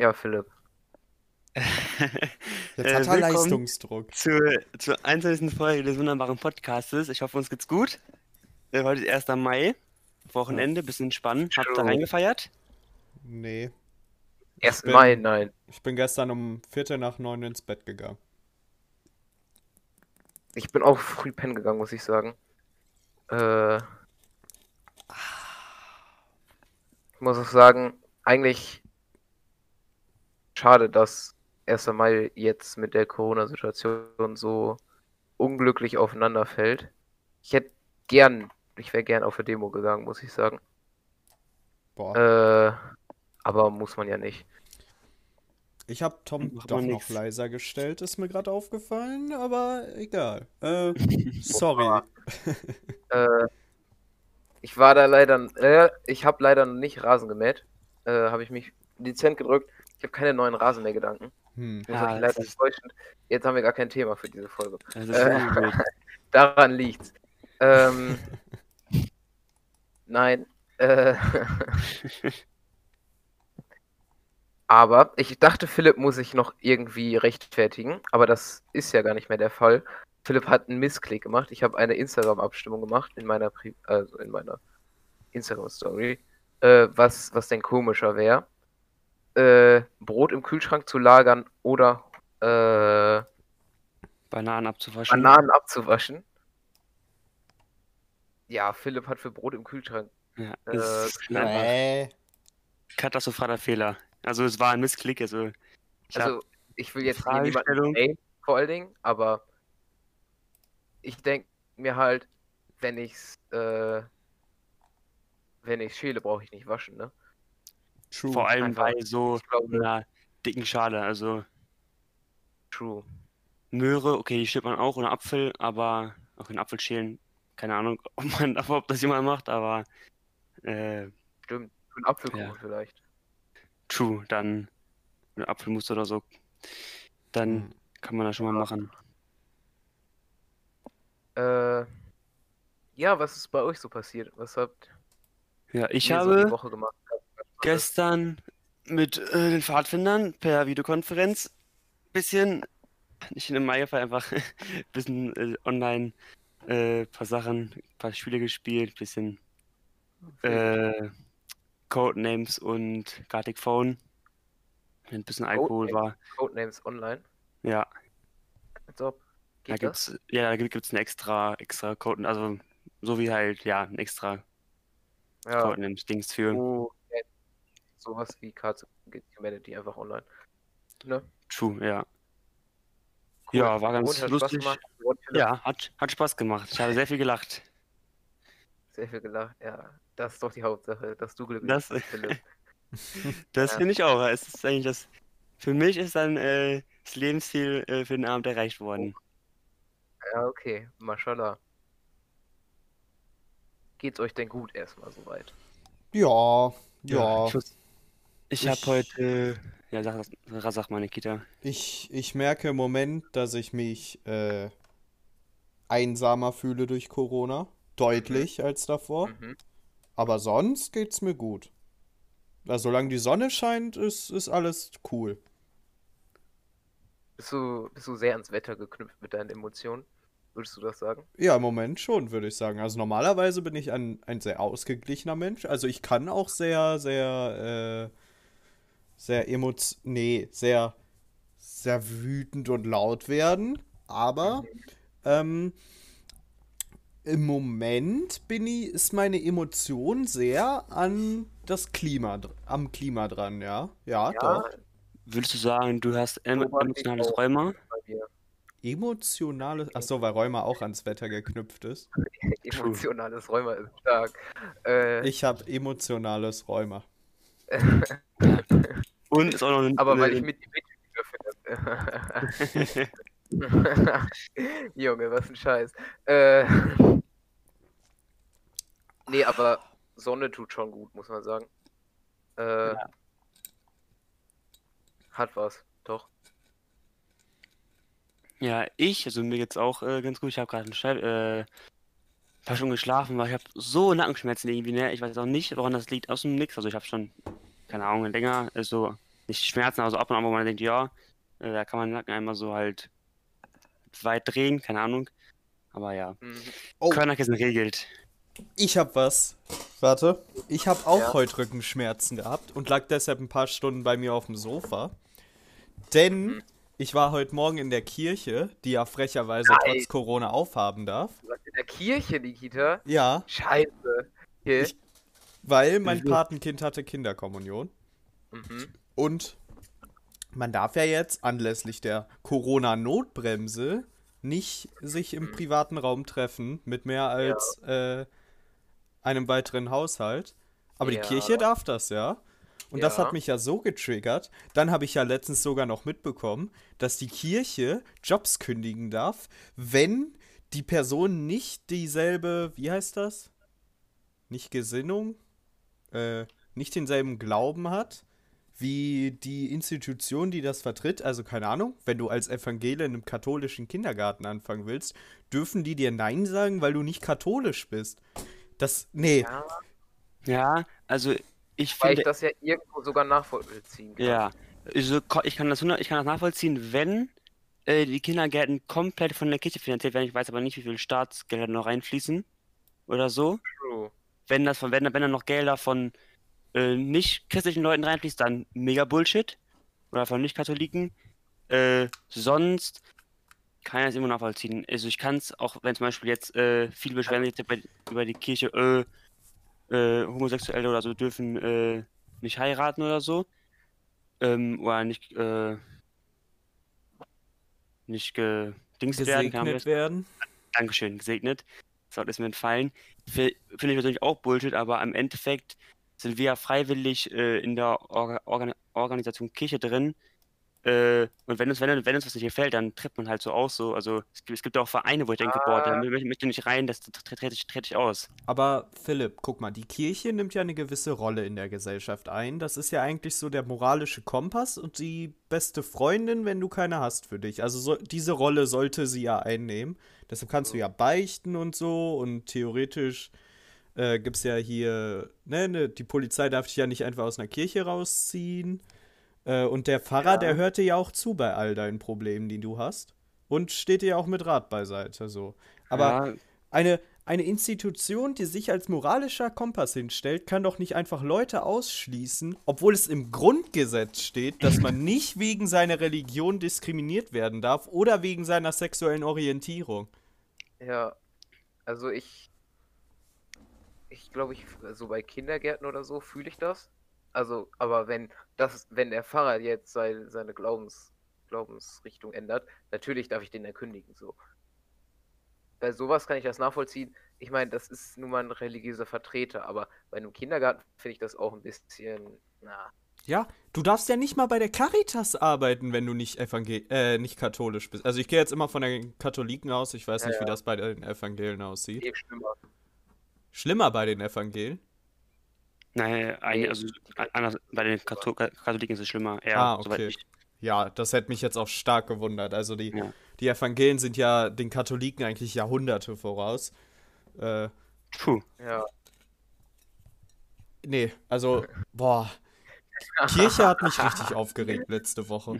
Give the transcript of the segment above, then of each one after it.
Ja, Philipp. Jetzt hat er Willkommen Leistungsdruck. zur 21. Folge des wunderbaren Podcastes. Ich hoffe, uns geht's gut. Heute ist 1. Mai, Ja. Wochenende, bisschen entspannen. Habt ihr True. reingefeiert? Nee. Ich 1. Mai, bin, nein. ich bin gestern um Viertel nach 9 ins Bett gegangen. Ich bin auch früh pennen gegangen, muss ich sagen. Ich muss auch sagen, eigentlich schade, dass 1. Mai jetzt mit der Corona-Situation so unglücklich aufeinander fällt. Ich hätte ich wäre gern auf eine Demo gegangen, muss ich sagen. Boah. Aber muss man ja nicht. Ich habe Tom Macht doch man noch nix. leiser gestellt, ist mir gerade aufgefallen, aber egal. Sorry. Äh, ich habe leider noch nicht Rasen gemäht. Habe ich mich dezent gedrückt. Ich habe keine neuen Rasenmähergedanken. Hm. Muss euch Ja, leider enttäuschen. Jetzt haben wir gar kein Thema für diese Folge. das ist übel. Daran liegt's. Ähm, nein. Aber ich dachte, Philipp muss sich noch irgendwie rechtfertigen, aber das ist ja gar nicht mehr der Fall. Philipp hat einen Missklick gemacht. Ich habe eine Instagram-Abstimmung gemacht in meiner Instagram-Story, was denn komischer wäre. Brot im Kühlschrank zu lagern oder Bananen abzuwaschen. Bananen abzuwaschen. Ja, Philipp hat für Brot im Kühlschrank Ja, ist gestimmt. einfach katastrophaler Fehler. Also es war ein Missklick, also ich habe Also, ich will jetzt hier niemanden Fragestellung. blamen, vor allen Dingen, aber ich denke mir halt, wenn ich's schäle, brauche ich nicht waschen, ne? True. Vor allem Einfach, bei so ich glaube, einer dicken Schale. Also true. Möhre, okay, die schält man auch, oder Apfel, aber auch den Apfel schälen, keine Ahnung, ob das jemand macht, aber Stimmt. Für einen Apfelkuchen ja, vielleicht. true, dann mit Apfelmus oder so, dann Hm. kann man das schon mal machen. Ja, was ist bei euch so passiert? Was habt Ja, ich ihr so die habe Woche gemacht? gestern mit den Pfadfindern per Videokonferenz bisschen, nicht in den Mai gefallen, einfach bisschen online paar Sachen, paar Spiele gespielt, bisschen Wild. Codenames und Gartic Phone. Wenn ein bisschen Alkohol war. Codenames online. Ja, Als ob. da Geht das? gibt's einen extra Code, also so wie halt, ja, ein extra Ja. Codenames-Dings für. Sowas wie Cards of Humanity einfach online. Ne? True, ja. Cool. Ja, war Und ganz hat Spaß lustig. gemacht? Und Philipp Ja, hat Spaß gemacht. Ich habe sehr viel gelacht. sehr viel gelacht. Ja, das ist doch die Hauptsache, dass du glücklich Das, bist, Philipp. das Ja. finde ich auch. Es ist eigentlich für mich ist dann das Lebensziel für den Abend erreicht worden. Ja, okay. Mashallah. Geht's euch denn gut erstmal soweit? Ja, Ja, ja. ich habe heute, ja, sag mal, Nikita. Ich merke im Moment, dass ich mich einsamer fühle durch Corona. Deutlich als davor. Mhm. Aber sonst geht's mir gut. Also, solange die Sonne scheint, ist alles cool. Bist du sehr ans Wetter geknüpft mit deinen Emotionen? Würdest du das sagen? Ja, im Moment schon, würde ich sagen. Also normalerweise bin ich ein sehr ausgeglichener Mensch. Also ich kann auch sehr, sehr wütend und laut werden. Aber ähm, im Moment ist meine Emotion sehr am Klima dran, ja. Ja, Ja, doch. Würdest du sagen, du hast beobachte ich emotionales auch Rheuma? bei mir. Emotionales. Ach so, weil Rheuma auch ans Wetter geknüpft ist. True. Emotionales Rheuma ist stark. Ich habe emotionales Rheuma. Ja. Und ist auch noch Aber weil ich mit die Mittel finde. Junge, was ein Scheiß. Nee, aber Sonne tut schon gut, muss man sagen. Ja. Hat was, doch. Ja, also mir geht's auch ganz gut. Ich habe gerade paar Stunden geschlafen, weil ich habe so Nackenschmerzen irgendwie, ne? Ich weiß auch nicht, woran das liegt, aus dem Nix. Also ich habe schon, keine Ahnung, länger, so nicht Schmerzen, aber so ab und an, wo man denkt, ja, da kann man den Nacken einmal so halt weit drehen, keine Ahnung. Aber ja, Mhm. Oh, Körnerkissen regelt. ich hab was. Warte. Ich hab auch Ja. heute Rückenschmerzen gehabt und lag deshalb ein paar Stunden bei mir auf dem Sofa. Denn ich war heute Morgen in der Kirche, die ja frecherweise Nein. trotz Corona aufhaben darf. Du warst in der Kirche, Nikita? Ja, Scheiße. Okay. Ich- weil mein Wieso? Patenkind hatte Kinderkommunion. Mhm. Und man darf ja jetzt anlässlich der Corona-Notbremse nicht sich im privaten Raum treffen mit mehr als einem weiteren Haushalt. Aber Ja. die Kirche darf das, ja. Und das Ja. hat mich ja so getriggert. Dann habe ich ja letztens sogar noch mitbekommen, dass die Kirche Jobs kündigen darf, wenn die Person nicht dieselbe, wie heißt das? Nicht Gesinnung? Nicht denselben Glauben hat wie die Institution, die das vertritt. Also keine Ahnung, wenn du als Evangelie in einem katholischen Kindergarten anfangen willst, dürfen die dir Nein sagen, weil du nicht katholisch bist. Nee. Ja, Ja, also ich weil ich finde, das ja irgendwo sogar nachvollziehen kann. ja, also ich kann das nachvollziehen, wenn die Kindergärten komplett von der Kirche finanziert werden. Ich weiß aber nicht, wie viel Staatsgelder noch reinfließen oder so. True. Wenn dann noch Gelder von nicht christlichen Leuten reinfließt, dann mega Bullshit. Oder von Nicht-Katholiken. Sonst kann ich das immer nachvollziehen. Also ich kann es auch, wenn zum Beispiel jetzt viele beschweren sich jetzt über die Kirche, Homosexuelle oder so dürfen nicht heiraten oder so. Oder nicht gedingst werden. Kann man Gesegnet werden. Dankeschön, gesegnet. Sollte es mir entfallen. Finde ich persönlich auch Bullshit, aber im Endeffekt sind wir ja freiwillig in der Organisation Kirche drin. Und wenn uns was nicht gefällt, dann tritt man halt so aus. So. Also es gibt ja auch Vereine, wo ich denke, boah, da möchte ich nicht rein, das trete ich aus. Aber Philipp, guck mal, die Kirche nimmt ja eine gewisse Rolle in der Gesellschaft ein. Das ist ja eigentlich so der moralische Kompass und die beste Freundin, wenn du keine hast für dich. Also diese Rolle sollte sie ja einnehmen. Deshalb kannst du ja beichten und so und theoretisch gibt es ja hier, die Polizei darf dich ja nicht einfach aus einer Kirche rausziehen. Und der Pfarrer, der hört dir ja auch zu bei all deinen Problemen, die du hast. Und steht dir ja auch mit Rat beiseite. So. Aber Ja, eine Institution, die sich als moralischer Kompass hinstellt, kann doch nicht einfach Leute ausschließen, obwohl es im Grundgesetz steht, dass man nicht wegen seiner Religion diskriminiert werden darf oder wegen seiner sexuellen Orientierung. Ja, also ich glaube, so bei Kindergärten oder so fühle ich das. Also, aber wenn der Pfarrer jetzt seine Glaubensrichtung ändert, natürlich darf ich den erkündigen, so. Bei sowas kann ich das nachvollziehen. Ich meine, das ist nun mal ein religiöser Vertreter, aber bei einem Kindergarten finde ich das auch ein bisschen, Ja, du darfst ja nicht mal bei der Caritas arbeiten, wenn du nicht katholisch bist. Also ich gehe jetzt immer von den Katholiken aus, ich weiß nicht, wie das bei den Evangelien aussieht. schlimmer. Schlimmer bei den Evangelien? nein, Nee, also anders, bei den Katholiken ist es schlimmer. Soweit Okay. ich. Ja, das hätte mich jetzt auch stark gewundert. Also Ja. die Evangelien sind ja den Katholiken eigentlich Jahrhunderte voraus. Puh. Ja. Nee, also, boah. Kirche hat mich richtig aufgeregt letzte Woche.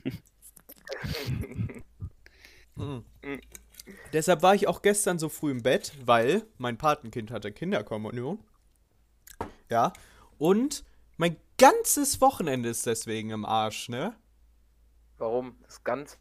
Mhm. Deshalb war ich auch gestern so früh im Bett, weil mein Patenkind hatte Kinderkommunion. Ja. Und mein ganzes Wochenende ist deswegen im Arsch, ne? Warum? Das Ganze.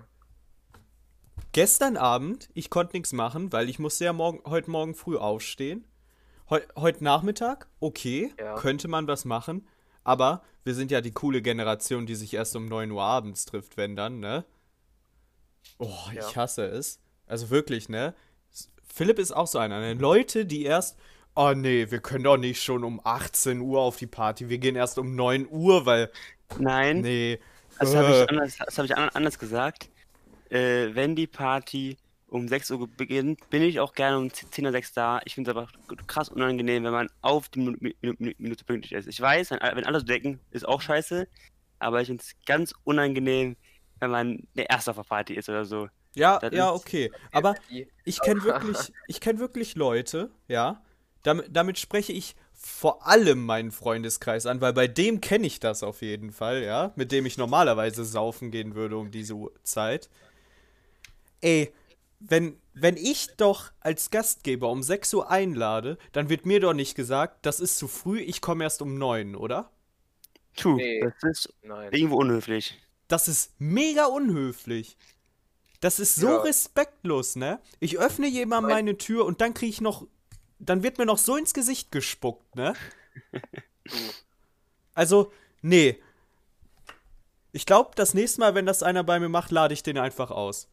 Gestern Abend, ich konnte nichts machen, weil ich musste ja heute Morgen früh aufstehen. Heute Nachmittag, okay, Ja. könnte man was machen. Aber wir sind ja die coole Generation, die sich erst um 9 Uhr abends trifft, wenn dann, ne? Oh, Ja. ich hasse es. Also wirklich, ne? Philipp ist auch so einer, ne? Leute, die erst, oh nee, wir können doch nicht schon um 18 Uhr auf die Party. Wir gehen erst um 9 Uhr, weil, Nein, nee. das habe ich anders gesagt. Wenn die Party um 6 Uhr beginnt, bin ich auch gerne um 10 oder 6 da. Ich finde es aber krass unangenehm, wenn man auf die Minute pünktlich ist. Ich weiß, wenn alle so denken, ist auch scheiße, aber ich finde es ganz unangenehm, wenn man der Erste auf der Party ist oder so. Ja, Das ja, ist- okay. Aber ich kenn wirklich Leute, ja, damit spreche ich vor allem meinen Freundeskreis an, weil bei dem kenne ich das auf jeden Fall, ja, mit dem ich normalerweise saufen gehen würde um diese Zeit. Ey, wenn ich doch als Gastgeber um 6 Uhr einlade, dann wird mir doch nicht gesagt, das ist zu früh, ich komme erst um 9, oder? Nee. Das ist Nein. irgendwo unhöflich. Das ist mega unhöflich. Das ist so Ja. respektlos, ne? Ich öffne jemandem Nein. meine Tür und dann wird mir noch so ins Gesicht gespuckt, ne? Also, nee. Ich glaube, das nächste Mal, wenn das einer bei mir macht, lade ich den einfach aus.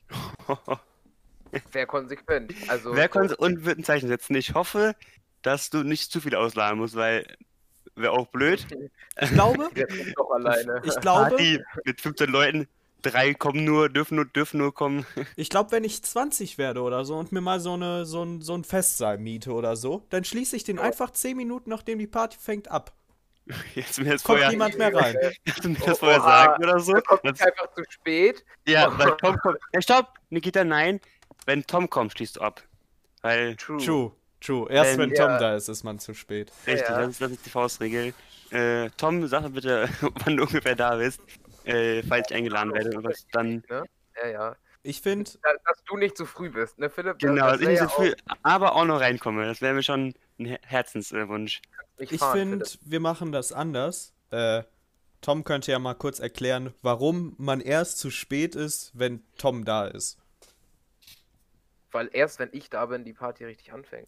Sehr konsequent. Also, Wer konnte und wird ein Zeichen setzen? Ich hoffe, dass du nicht zu viel ausladen musst, weil wäre auch blöd. Ich glaube, der ist doch alleine. ich glaube, Party mit 15 Leuten, 3 kommen nur, dürfen nur kommen. wenn ich 20 werde oder so und mir mal so ein Festsaal miete oder so, dann schließe ich den einfach 10 Minuten, nachdem die Party fängt, ab. Jetzt mir das Kommt vorher, niemand mehr rein. Kannst du mir das vorher Oha, sagen oder so? Da kommt Das, einfach zu spät. ja, weil Tom kommt. Ja, stopp! Nikita, nein. Wenn Tom kommt, schließt du ab. Weil, True. Erst wenn Ja. Tom da ist man zu spät. richtig, Ja. das ist die Faustregel. Tom, sag mir bitte, wann du ungefähr da bist, falls ich eingeladen werde. Und was dann, Ne? Ja. Ich finde, Dass du nicht zu früh bist, ne, Philipp? genau, Das dass ich nicht wär so früh, aber auch noch reinkomme. Das wäre mir schon ein Herzenswunsch. nicht ich fahren, finde, Philipp. wir machen das anders. Tom könnte ja mal kurz erklären, warum man erst zu spät ist, wenn Tom da ist. Weil erst wenn ich da bin, die Party richtig anfängt.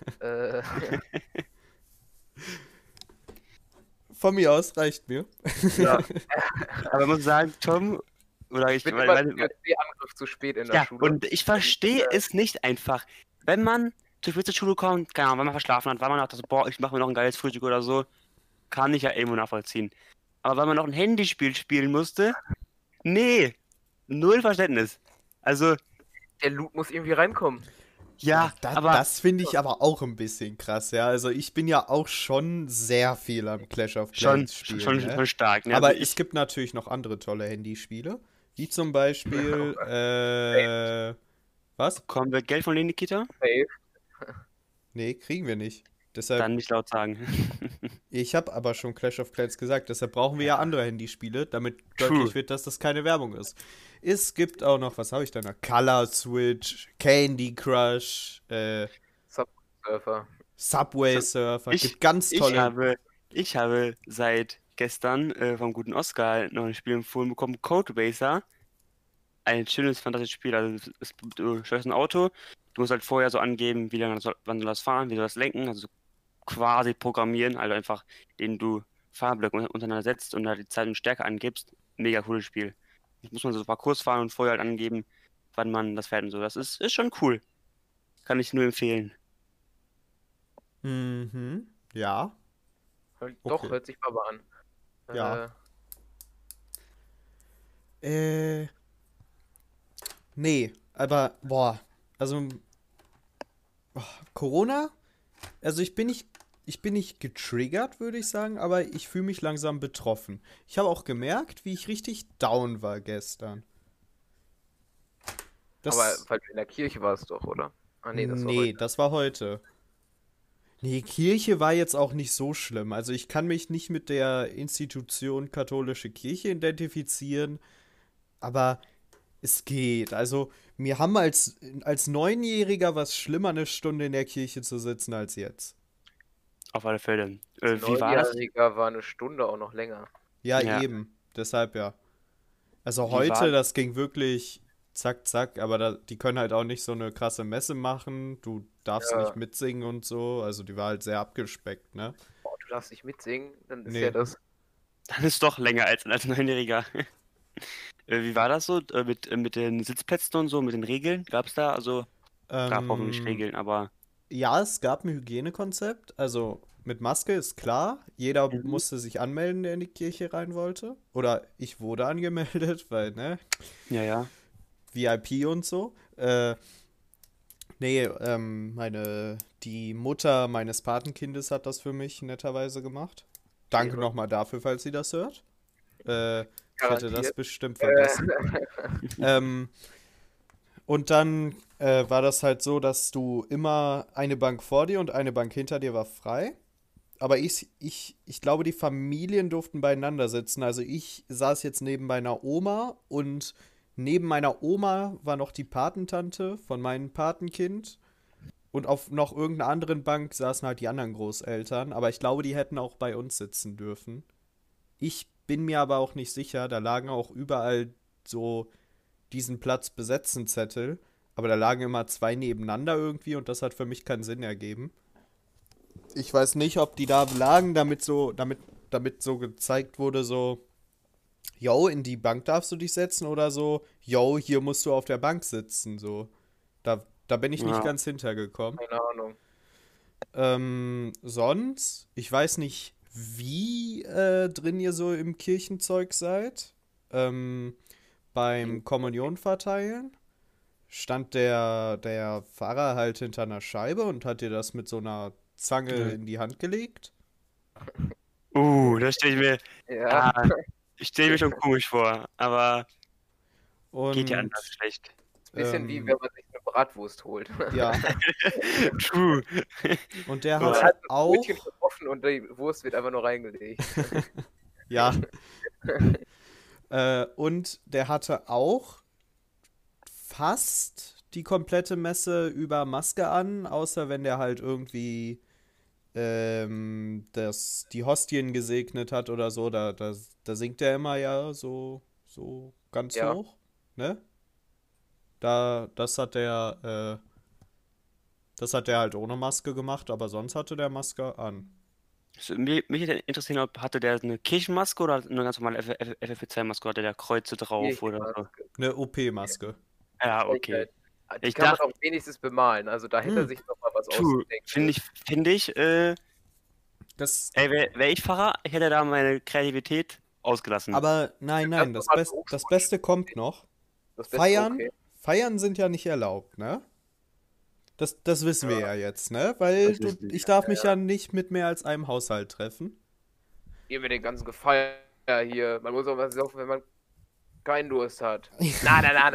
Von mir aus reicht mir. Ja. Aber ich muss sagen, Tom, oder ich, Ich bin weil, immer weil, der Angriff zu spät in der ja, Schule. und ich verstehe es nicht einfach. Wenn man zu spät zur Schule kommt, keine Ahnung, wenn man verschlafen hat, weil man dachte, boah, ich mache mir noch ein geiles Frühstück oder so, kann ich ja irgendwo nachvollziehen. Aber weil man noch ein Handyspiel spielen musste, nee, null Verständnis. Also, Der Loot muss irgendwie reinkommen. ja, aber Das finde ich aber auch ein bisschen krass, ja. Also ich bin ja auch schon sehr viel am Clash of schon, Clans spielen, schon, ne? schon stark. Ne? Aber Also es gibt natürlich noch andere tolle Handyspiele. Wie zum Beispiel, was? bekommen wir Geld von den Nikita? Safe. Nee, kriegen wir nicht. Deshalb, Dann nicht laut sagen. ich habe aber schon Clash of Clans gesagt, deshalb brauchen wir ja andere Handyspiele, damit True. deutlich wird, dass das keine Werbung ist. Es gibt auch noch, was habe ich da noch? Color Switch, Candy Crush, Surfer. Subway Surfer, Ich- gibt ganz tolle. Ich habe seit gestern vom guten Oscar noch ein Spiel empfohlen bekommen, Code Racer. Ein schönes, fantastisches Spiel. Also du steuerst ein Auto, du musst halt vorher so angeben, wann soll das fahren, wie soll das lenken, also so quasi programmieren, also einfach, indem du Fahrblöcke untereinander setzt und da die Zeit und Stärke angibst. Mega cooles Spiel. Jetzt muss man so ein paar Kurs fahren und vorher halt angeben, wann man das fährt und so. Das ist schon cool. Kann ich nur empfehlen. Mhm, ja. Doch, Okay. hört sich aber an. Ja. Nee, aber, boah, also, Corona, also ich bin nicht getriggert, würde ich sagen, aber ich fühle mich langsam betroffen. Ich habe auch gemerkt, wie ich richtig down war gestern. Aber weil du in der Kirche warst doch, oder? Ah, nee, das war nee, heute. das war heute. Nee, Kirche war jetzt auch nicht so schlimm. Also ich kann mich nicht mit der Institution katholische Kirche identifizieren, aber es geht. Also mir haben als Neunjähriger was schlimmer, eine Stunde in der Kirche zu sitzen als jetzt. Auf alle Fälle. Wie war das? Neunjähriger war eine Stunde auch noch länger. Ja, Ja. eben. Deshalb ja. Also Wie heute, war- das ging wirklich zack, zack, aber die können halt auch nicht so eine krasse Messe machen. Du darfst Ja. nicht mitsingen und so. Also die war halt sehr abgespeckt, ne? Boah, du darfst nicht mitsingen, dann ist Nee. ja das. Dann ist doch länger als 9-Jähriger. Wie war das so mit den Sitzplätzen und so, mit den Regeln? Gab es da? Also, gab hoffentlich Regeln, aber Ja, es gab ein Hygienekonzept. Also mit Maske ist klar. Jeder Mhm. musste sich anmelden, der in die Kirche rein wollte. Oder ich wurde angemeldet, weil, ne, ja. VIP und so. Nee, die Mutter meines Patenkindes hat das für mich netterweise gemacht. Danke Ehre. nochmal dafür, falls sie das hört. Ich hätte das Garantiert. bestimmt vergessen. Und dann war das halt so, dass du immer eine Bank vor dir und eine Bank hinter dir war frei. Aber ich glaube, die Familien durften beieinander sitzen. Also ich saß jetzt neben meiner Oma und neben meiner Oma war noch die Patentante von meinem Patenkind. Und auf noch irgendeiner anderen Bank saßen halt die anderen Großeltern. Aber ich glaube, die hätten auch bei uns sitzen dürfen. Ich bin mir aber auch nicht sicher. Da lagen auch überall so diesen Platz besetzen Zettel. Aber da lagen immer zwei nebeneinander irgendwie und das hat für mich keinen Sinn ergeben. Ich weiß nicht, ob die da lagen, damit so gezeigt wurde, so, yo, in die Bank darfst du dich setzen oder so, yo, hier musst du auf der Bank sitzen, so. Da bin ich nicht Ja. ganz hintergekommen. Keine Ahnung. Sonst, ich weiß nicht, wie drin ihr so im Kirchenzeug seid. Beim Kommunion verteilen stand der Pfarrer halt hinter einer Scheibe und hat dir das mit so einer Zange in die Hand gelegt. Das stelle ich mir, Ja, ich stelle mir schon komisch vor, aber geht ja Und anders schlecht. bisschen wie wenn man sich eine Bratwurst holt. ja, True. und der Man Man hatte hat das auch, Brötchen getroffen und die Wurst wird einfach nur reingelegt. ja, und der hatte auch fast die komplette Messe über Maske an, außer wenn der halt irgendwie die Hostien gesegnet hat oder so, da singt er immer ja so ganz Ja. hoch, ne? Das hat der halt ohne Maske gemacht, aber sonst hatte der Maske an. Mich hätte interessieren, hatte der eine Kirchenmaske oder eine ganz normale FFP2-Maske? Hatte der Kreuze drauf oder so? Kirchenmaske. Eine OP-Maske. Ja, okay. Die Ich kann man dachte- auch wenigstens bemalen. Also da hätte er sich noch mal was True. ausdenken. Finde ich, Das, wär ich Pfarrer, ich hätte da meine Kreativität ausgelassen. aber nein, Das das, war Best, so das Beste kommt noch. Das Beste, Feiern, okay. Feiern sind ja nicht erlaubt, ne? Das wissen wir ja jetzt, ne? Weil Das wissen wir, ich darf mich ja nicht mit mehr als einem Haushalt treffen. Hier mit den ganzen Gefeier hier. Man muss auch was saufen, wenn man keinen Durst hat. Na.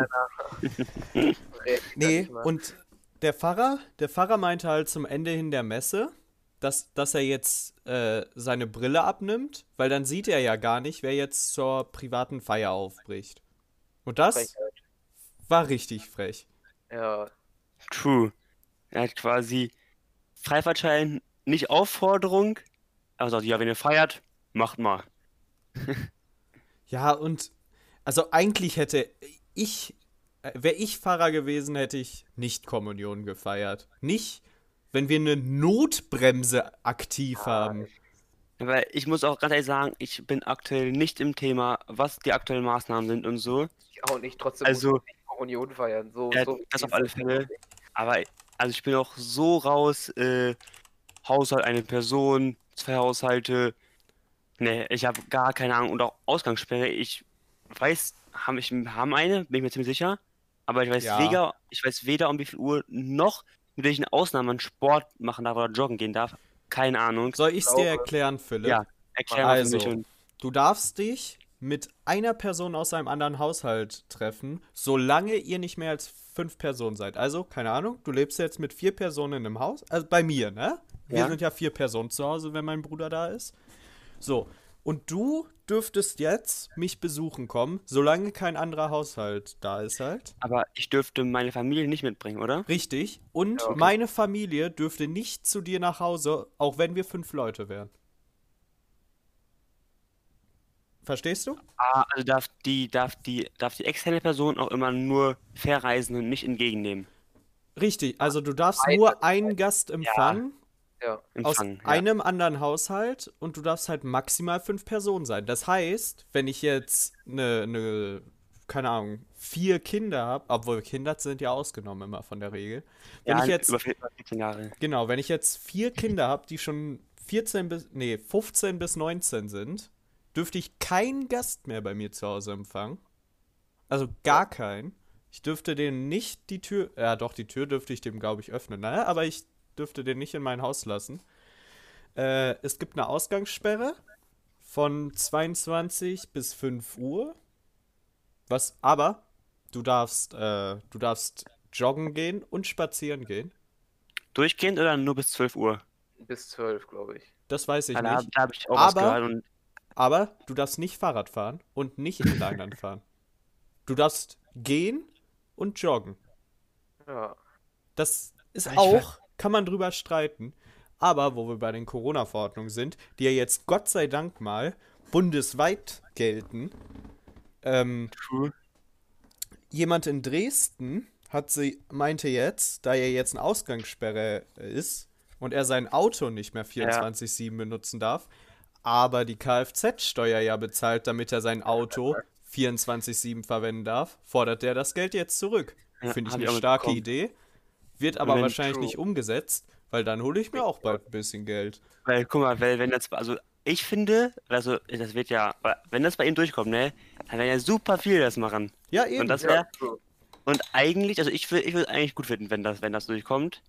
Nee, und der Pfarrer meinte halt zum Ende hin der Messe, dass er jetzt seine Brille abnimmt, weil dann sieht er ja gar nicht, wer jetzt zur privaten Feier aufbricht. Und das war richtig frech. Ja, True. Er hat quasi Freifahrtschein, nicht Aufforderung, aber sagt, ja, wenn ihr feiert, macht mal. Ja, und also eigentlich wäre ich Pfarrer gewesen, hätte ich nicht Kommunion gefeiert. Nicht, wenn wir eine Notbremse aktiv haben. Aber ich muss auch ganz ehrlich sagen, ich bin aktuell nicht im Thema, was die aktuellen Maßnahmen sind und so. ich auch nicht. Trotzdem Also- muss man nicht Kommunion feiern. So, Ja, so das ist auf alle es. Fälle. Aber also ich bin auch so raus, Haushalt eine Person, 2 Haushalte. Ne, ich habe gar keine Ahnung. Und auch Ausgangssperre, ich weiß, haben eine, bin ich mir ziemlich sicher. Aber Ja. ich weiß weder um wie viel Uhr noch mit welchen Ausnahmen man Sport machen darf oder joggen gehen darf. Keine Ahnung. Soll ich es dir erklären, Philipp? Ja, erklär mal für Also, mich. Und du darfst dich mit einer Person aus einem anderen Haushalt treffen, solange ihr nicht mehr als 5 Personen seid. Also, keine Ahnung, du lebst jetzt mit 4 Personen in einem Haus. Also bei mir, ne? Wir Ja. sind ja 4 Personen zu Hause, wenn mein Bruder da ist. So, und du dürftest jetzt mich besuchen kommen, solange kein anderer Haushalt da ist halt. aber ich dürfte meine Familie nicht mitbringen, oder? Richtig. Und Ja, okay. meine Familie dürfte nicht zu dir nach Hause, auch wenn wir 5 Leute wären. Verstehst du? Also darf die externe Person auch immer nur verreisen und nicht entgegennehmen. Richtig, also du darfst Eine nur einen Gast empfangen Ja. aus Empfangen. Ja. einem anderen Haushalt und du darfst halt maximal 5 Personen sein. Das heißt, wenn ich jetzt keine Ahnung, 4 Kinder habe, obwohl Kinder sind ja ausgenommen immer von der Regel. Wenn Ja, ich jetzt, über 14 Jahre. genau, wenn ich jetzt 4 Kinder habe, die schon 15 bis 19 sind, dürfte ich keinen Gast mehr bei mir zu Hause empfangen. Also gar keinen. Ich dürfte denen nicht die Tür, ja doch, die Tür dürfte ich dem, glaube ich, öffnen, naja, aber ich dürfte den nicht in mein Haus lassen. Es gibt eine Ausgangssperre von 22 bis 5 Uhr. Aber du darfst joggen gehen und spazieren gehen. Durchgehend oder nur bis 12 Uhr? Bis 12, glaube ich. Das weiß ich Da nicht. habe ich auch was Aber, gehört und aber du darfst nicht Fahrrad fahren und nicht in Kleinland fahren. Du darfst gehen und joggen. Ja. Das ist Ich auch, kann man drüber streiten. Aber wo wir bei den Corona-Verordnungen sind, die ja jetzt Gott sei Dank mal bundesweit gelten, True. jemand in Dresden meinte jetzt, da ja jetzt eine Ausgangssperre ist und er sein Auto nicht mehr 24/7 benutzen darf, aber die Kfz-Steuer ja bezahlt, damit er sein Auto 24/7 verwenden darf, fordert er das Geld jetzt zurück. Ja, Finde ich hab eine ich auch starke mitbekommen. Idee, wird aber wenn- wahrscheinlich True. nicht umgesetzt, weil dann hole ich mir auch bald ein bisschen Geld. Weil, guck mal, wenn das, also ich finde, also das wird ja, wenn das bei ihm durchkommt, ne, dann werden ja super viele das machen. Ja, Und eben. das Ja, wäre, true. und eigentlich, also ich würde eigentlich gut finden, wenn das durchkommt.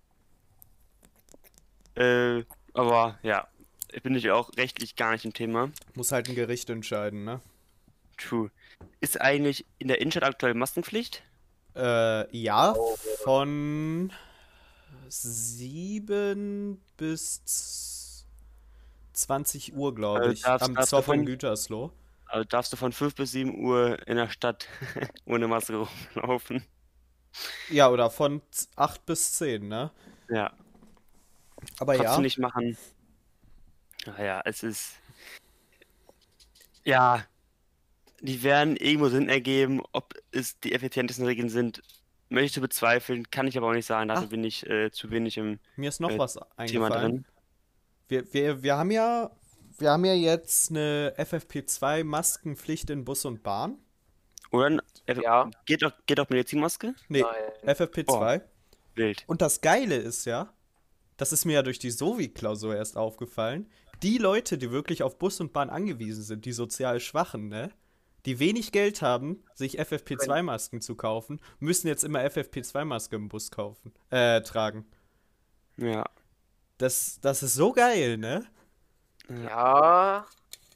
Aber ja, ich bin natürlich auch rechtlich gar nicht im Thema. Muss halt ein Gericht entscheiden, ne? True. Ist eigentlich in der Innenstadt aktuell Maskenpflicht? Ja, von 7 bis 20 Uhr, glaube Also ich, am darfst du Zoff in von, Gütersloh. also darfst du von 5 bis 7 Uhr in der Stadt ohne Maske rumlaufen. Ja, oder von 8 bis 10, ne? Ja, Aber trotzdem ja, nicht machen. Naja, es ist, ja, die werden irgendwo Sinn ergeben. Ob es die effizientesten Regeln sind, möchte ich zu bezweifeln, kann ich aber auch nicht sagen. Ah. Dafür bin ich zu wenig im mir ist noch äh, was Thema eingefallen. drin. Wir haben ja jetzt eine FFP2-Maskenpflicht in Bus und Bahn. Oder Ja. geht auch Medizinmaske? Nee, Nein. FFP2. Wild. Und das Geile ist ja, das ist mir ja durch die Sovi-Klausur erst aufgefallen, die Leute, die wirklich auf Bus und Bahn angewiesen sind, die sozial Schwachen, ne? Die wenig Geld haben, sich FFP2-Masken zu kaufen, müssen jetzt immer FFP2-Maske im Bus tragen. Ja. Das ist so geil, ne? Ja.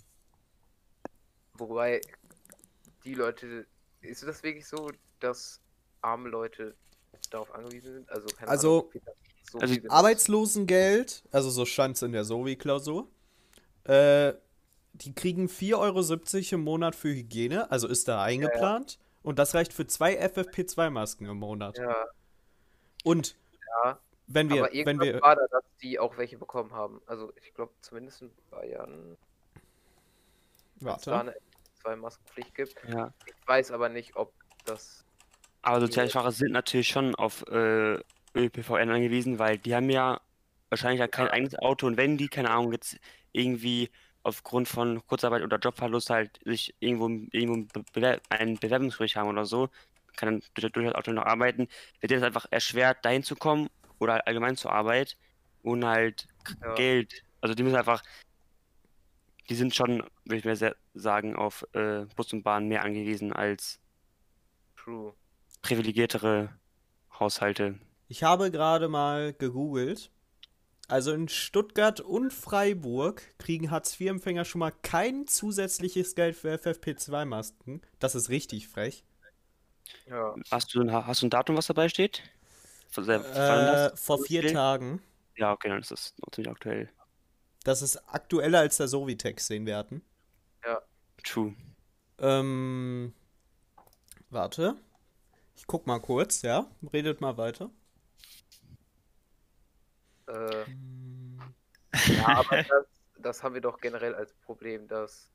Wobei, die Leute, ist das wirklich so, dass arme Leute darauf angewiesen sind? Also, keine Also, Ahnung, wie das so also viel sind. Arbeitslosengeld, also so stand's in der Sovi-Klausur, die kriegen 4,70 € im Monat für Hygiene, also ist da eingeplant. Und das reicht für 2 FFP2-Masken im Monat. Ja, Und ja. wenn Aber wir, irgendwas war da, dass die auch welche bekommen haben. Also, ich glaube, zumindest in Bayern, dass es da warte, eine zwei Maskenpflicht gibt. Ja. Ich weiß aber nicht, ob das. Aber soziale Schwache sind natürlich schon auf ÖPVN angewiesen, weil die haben ja wahrscheinlich ja kein eigenes Auto und wenn die, keine Ahnung, jetzt irgendwie aufgrund von Kurzarbeit oder Jobverlust halt sich irgendwo ein Bewerbungsgespräch haben oder so, kann dann durch das Auto noch arbeiten, wird denen das einfach erschwert, dahin zu kommen oder allgemein zur Arbeit und halt Ja. Geld. Also die müssen einfach, die sind schon, würde ich mir sagen, auf Bus und Bahn mehr angewiesen als True. privilegiertere Haushalte. ich habe gerade mal gegoogelt. Also in Stuttgart und Freiburg kriegen Hartz-IV-Empfänger schon mal kein zusätzliches Geld für FFP2-Masken. Das ist richtig frech. Ja. Hast du ein Datum, was dabei steht? Wann das? Vor 4 Tagen. Ja, okay, dann ist das noch ziemlich aktuell. Das ist aktueller als der Sovitex, den wir hatten. True. Warte. Ich guck mal kurz, ja? Redet mal weiter. Ja, aber das haben wir doch generell als Problem, dass.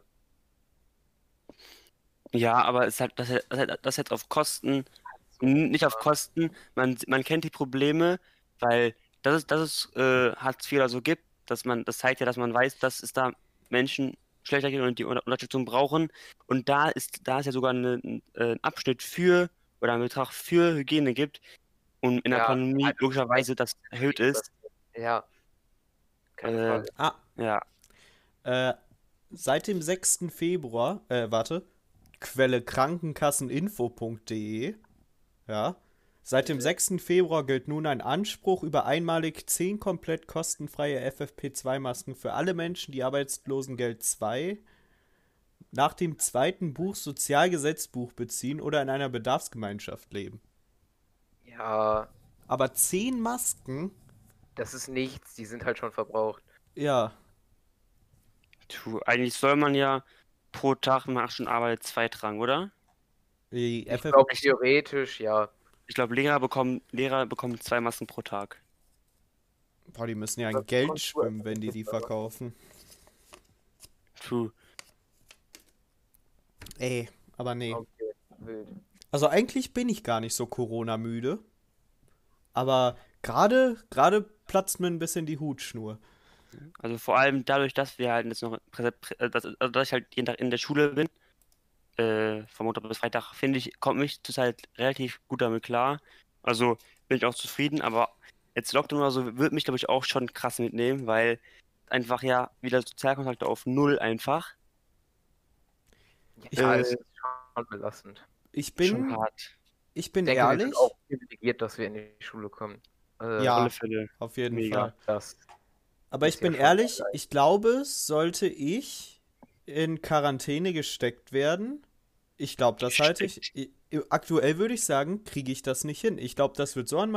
Ja, aber es hat das jetzt auf Kosten, nicht auf Kosten. Man kennt die Probleme, weil dass es Hartz IV oder so gibt, das zeigt ja, dass man weiß, dass es da Menschen schlechter geht und die Unterstützung brauchen. Und da ist ja sogar ein Abschnitt oder ein Betrag für Hygiene gibt und in der Ja, Pandemie logischerweise das erhöht ist. Ja. Keine Frage. Ja. Seit dem 6. Februar, Quelle krankenkasseninfo.de, ja. Seit dem 6. Februar gilt nun ein Anspruch über einmalig 10 komplett kostenfreie FFP2-Masken für alle Menschen, die Arbeitslosengeld 2 nach dem zweiten Buch Sozialgesetzbuch beziehen oder in einer Bedarfsgemeinschaft leben. Ja, Aber 10 Masken, das ist nichts, die sind halt schon verbraucht. Ja, Eigentlich soll man ja pro Tag nach 8 Stunden Arbeit 2 tragen, oder? die Ich FF, glaube theoretisch, ja. Ich glaube, Lehrer bekommen 2 Masken pro Tag. boah, die müssen ja in Das Geld kommt schwimmen, wenn die verkaufen. True. Ey, aber nee. Okay, wild. Also eigentlich bin ich gar nicht so Corona-müde. Aber gerade platzt mir ein bisschen die Hutschnur. Also vor allem dadurch, dass wir halt jetzt noch dass ich halt jeden Tag in der Schule bin, von Montag bis Freitag, finde ich, kommt mich zurzeit relativ gut damit klar. Also bin ich auch zufrieden, aber jetzt Lockdown oder so wird mich, glaube ich, auch schon krass mitnehmen, weil einfach ja wieder Sozialkontakte auf null einfach. Ja, Äh, es ist schon belastend. Ich schon bin, hart. ich Ich bin denke, wir sind ehrlich. auch privilegiert, dass wir in die Schule kommen. Auf alle Ja, Fälle. auf jeden Mega. Fall. Das Aber ich ist ja bin schon ehrlich, geil. ich glaube, sollte ich in Quarantäne gesteckt werden, ich glaube, das halte ich. Aktuell würde ich sagen, kriege ich das nicht hin. Ich glaube, das wird so an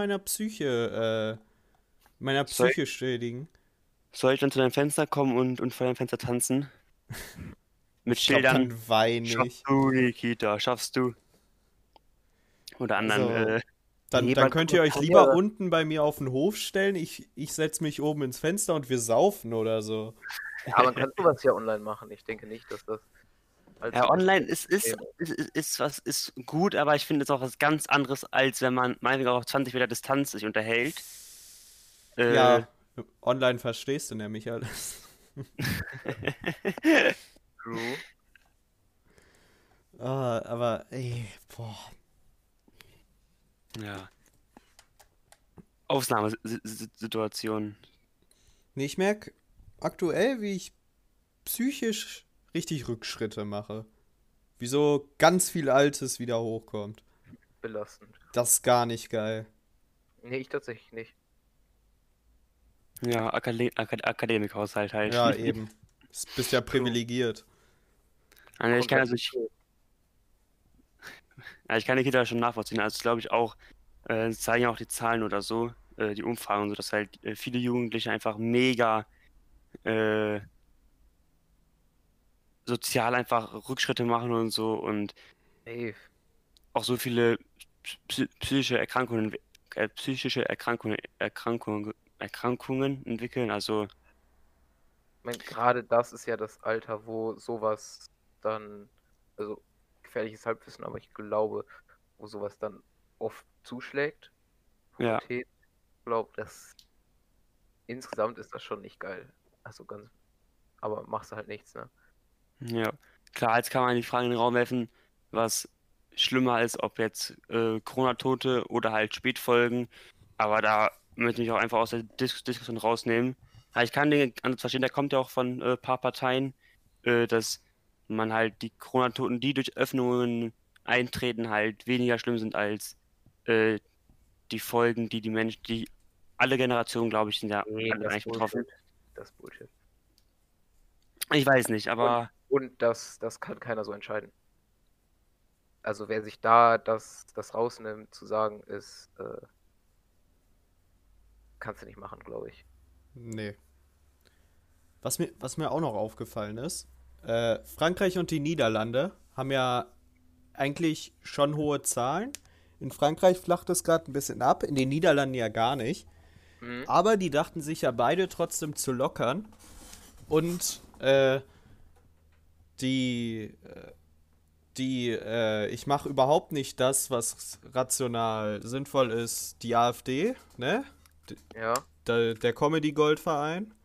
meiner Soll, Psyche schädigen. soll ich dann zu deinem Fenster kommen und vor deinem Fenster tanzen? Mit Ich glaube, Schildern. dann weine Schaffst ich. du, Nikita, schaffst du. Oder anderen, Also, nee, dann man könnt ihr euch kann lieber ja, unten bei mir auf den Hof stellen. Ich setze mich oben ins Fenster und wir saufen oder so. ja, man kann sowas ja online machen. Ich denke nicht, dass das allzu ja, das online ist, ist, Problem ist, ist, was, ist gut, aber ich finde es auch was ganz anderes, als wenn man meinetwegen auch auf 20 Meter Distanz sich unterhält. Äh, Ja, online verstehst du nämlich alles. True. Ah, aber, ey, boah. ja. Ausnahmesituation. Nee, ich merke aktuell, wie ich psychisch richtig Rückschritte mache. Wie so ganz viel Altes wieder hochkommt. Belastend. Das ist gar nicht geil. Nee, ich tatsächlich nicht. Ja, Akademikhaushalt halt. Ja, eben. Bist ja True. privilegiert. Also ich kann Komplett also ich, cool. ja, ich kann die Kita schon nachvollziehen. Also glaube ich auch, es zeigen ja auch die Zahlen oder so, die Umfragen und so, dass halt viele Jugendliche einfach mega äh, sozial einfach Rückschritte machen und so und Safe. auch so viele psychische Erkrankungen entwickeln. Also Ich meine, gerade das ist ja das Alter, wo sowas dann, also gefährliches Halbwissen, aber ich glaube, wo sowas dann oft zuschlägt. ja, Pubertät. Ich glaube, das insgesamt ist das schon nicht geil. Also ganz, aber machst du halt nichts, ne? ja. Klar, jetzt kann man die Frage in den Raum werfen, was schlimmer ist, ob jetzt Corona-Tote oder halt Spätfolgen. Aber da möchte ich mich auch einfach aus der Diskussion rausnehmen. Aber ich kann den Ansatz verstehen, der kommt ja auch von ein paar Parteien, dass man halt die Corona-Toten, die durch Öffnungen eintreten, halt weniger schlimm sind als äh, die Folgen, die Menschen, die alle Generationen, glaube ich, sind ja Nee, alle das eigentlich betroffen. Bullshit. Das Bullshit. Ich weiß nicht, aber Und das kann keiner so entscheiden. Also wer sich da das rausnimmt, zu sagen, ist, kannst du nicht machen, glaube ich. Nee. Was mir auch noch aufgefallen ist, Frankreich und die Niederlande haben ja eigentlich schon hohe Zahlen. In Frankreich flacht es gerade ein bisschen ab, in den Niederlanden ja gar nicht. Mhm. Aber die dachten sich ja beide trotzdem zu lockern. Und die, ich mache überhaupt nicht das, was rational sinnvoll ist. Die AfD, ne? Ja. Der Comedy-Gold-Verein.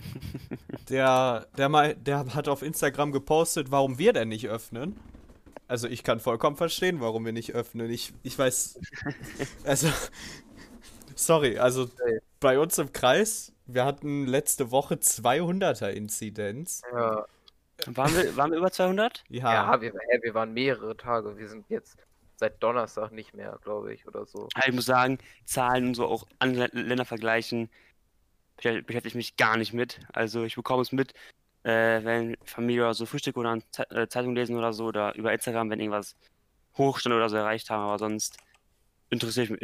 Der hat auf Instagram gepostet, warum wir denn nicht öffnen. Also ich kann vollkommen verstehen, warum wir nicht öffnen. Ich weiß, also, sorry, also Safe. bei uns im Kreis, wir hatten letzte Woche 200er-Inzidenz. Ja. waren wir über 200? Ja, Ja, wir waren mehrere Tage. Wir sind jetzt seit Donnerstag nicht mehr, glaube ich, oder so. Ich muss sagen, Zahlen und so auch andere Länder vergleichen, beschäftige ich mich gar nicht mit. Also ich bekomme es mit, wenn Familie oder so Frühstück oder eine Zeitung lesen oder so oder über Instagram, wenn irgendwas Hochstand oder so erreicht haben, aber sonst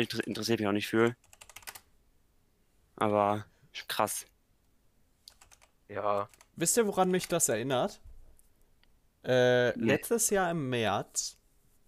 interessiert mich auch nicht für. Aber krass. Ja, Wisst ihr, woran mich das erinnert? Nee. Letztes Jahr im März,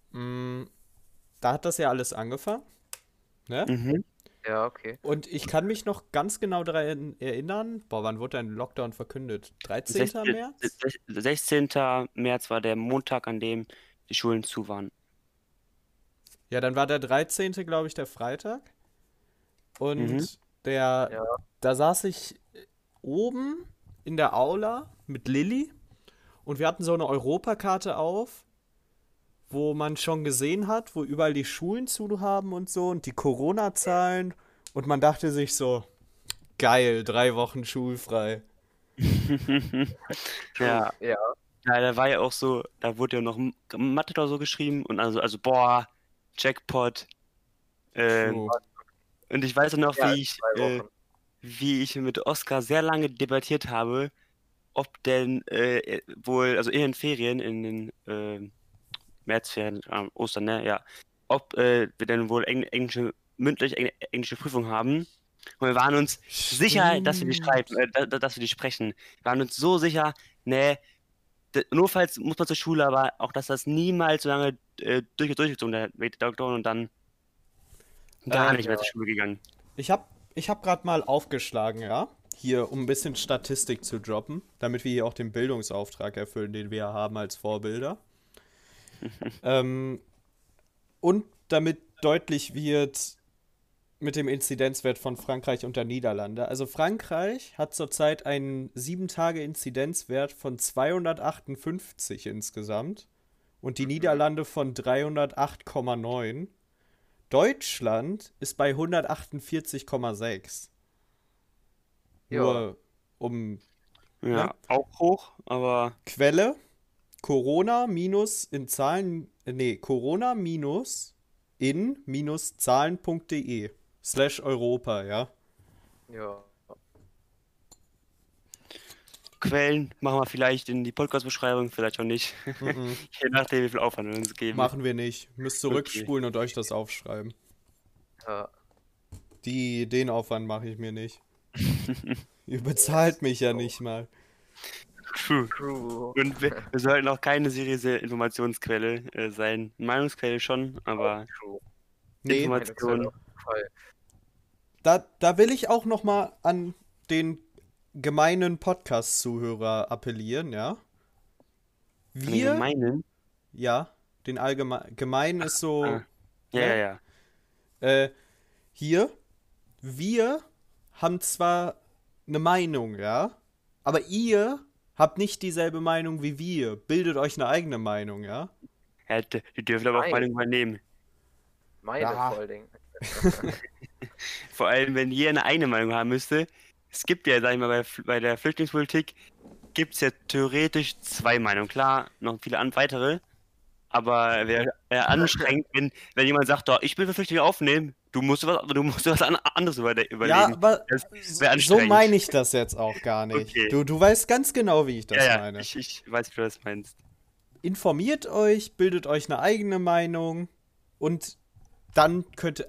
da hat das ja alles angefangen, ne? Mhm. ja, okay. Und ich kann mich noch ganz genau daran erinnern, boah, wann wurde ein Lockdown verkündet? 13. 16. März? 16. März war der Montag, an dem die Schulen zu waren. Ja, dann war der 13., glaube ich, der Freitag. Mhm. Und Ja, da saß ich oben in der Aula mit Lilly und wir hatten so eine Europakarte auf, wo man schon gesehen hat, wo überall die Schulen zu haben und so und die Corona-Zahlen. Und man dachte sich so, geil, 3 Wochen schulfrei. Ja, ja, ja, da war ja auch so, da wurde ja noch Mathe oder so geschrieben und also boah, Jackpot. Ähm, True. und ich weiß auch noch, ja, 2 Wochen. wie ich mit Oskar sehr lange debattiert habe, ob denn wohl, also in den Ferien, in den Märzferien, Ostern, ne, ja, ob wir denn wohl englische Prüfung haben. Und wir waren uns sicher, dass wir die schreiben, Stimmt. dass wir die sprechen. Wir waren uns so sicher, ne, notfalls muss man zur Schule, aber auch, dass das niemals so lange durchgezogen wird, der Lockdown und dann gar nicht mehr Ja, zur Schule gegangen. Ich hab gerade mal aufgeschlagen, ja? Hier, um ein bisschen Statistik zu droppen, damit wir hier auch den Bildungsauftrag erfüllen, den wir haben als Vorbilder. Ähm, und damit deutlich wird mit dem Inzidenzwert von Frankreich und der Niederlande. Also Frankreich hat zurzeit einen 7-Tage-Inzidenzwert von 258 insgesamt und die Niederlande von 308,9. Deutschland ist bei 148,6. ja, Nur um, ne? Ja, auch hoch, aber Quelle, Corona minus in Zahlen, Corona minus in minus Zahlen.de / Europa, ja. ja. Quellen machen wir vielleicht in die Podcast-Beschreibung, vielleicht auch nicht. Mhm. Je nachdem, wie viel Aufwand wir uns geben. Machen wir nicht. Müsst Okay. zurückspulen und euch das aufschreiben. Ja, Den Aufwand mache ich mir nicht. Ihr bezahlt mich ja nicht mal. True. true. Und wir sollten auch keine seriöse Informationsquelle sein. Meinungsquelle schon, aber True. Nee, Information. Auf jeden Fall. da will ich auch noch mal an den gemeinen Podcast-Zuhörer appellieren, ja. Von den Wir, Gemeinen. ja, den allgemein, gemein ist so, Ah. Ja, ne? ja, ja. Hier, wir haben zwar eine Meinung, ja, aber ihr habt nicht dieselbe Meinung wie wir. Bildet euch eine eigene Meinung, ja. Ja, die dürfen aber auch Nein. Meinung übernehmen. Meine Ja. vor allen Dingen. Vor allem, wenn jeder eine eigene Meinung haben müsste. Es gibt ja, sag ich mal, bei der Flüchtlingspolitik gibt es ja theoretisch 2 Meinungen. Klar, noch viele weitere. Aber wäre anstrengend, wenn jemand sagt, doch, ich will Flüchtlinge aufnehmen, du musst was anderes überlegen. Ja, aber Das so wäre anstrengend. meine ich das jetzt auch gar nicht. Okay. Du weißt ganz genau, wie ich das Ja, ja, meine. ich weiß, wie du das meinst. Informiert euch, bildet euch eine eigene Meinung und dann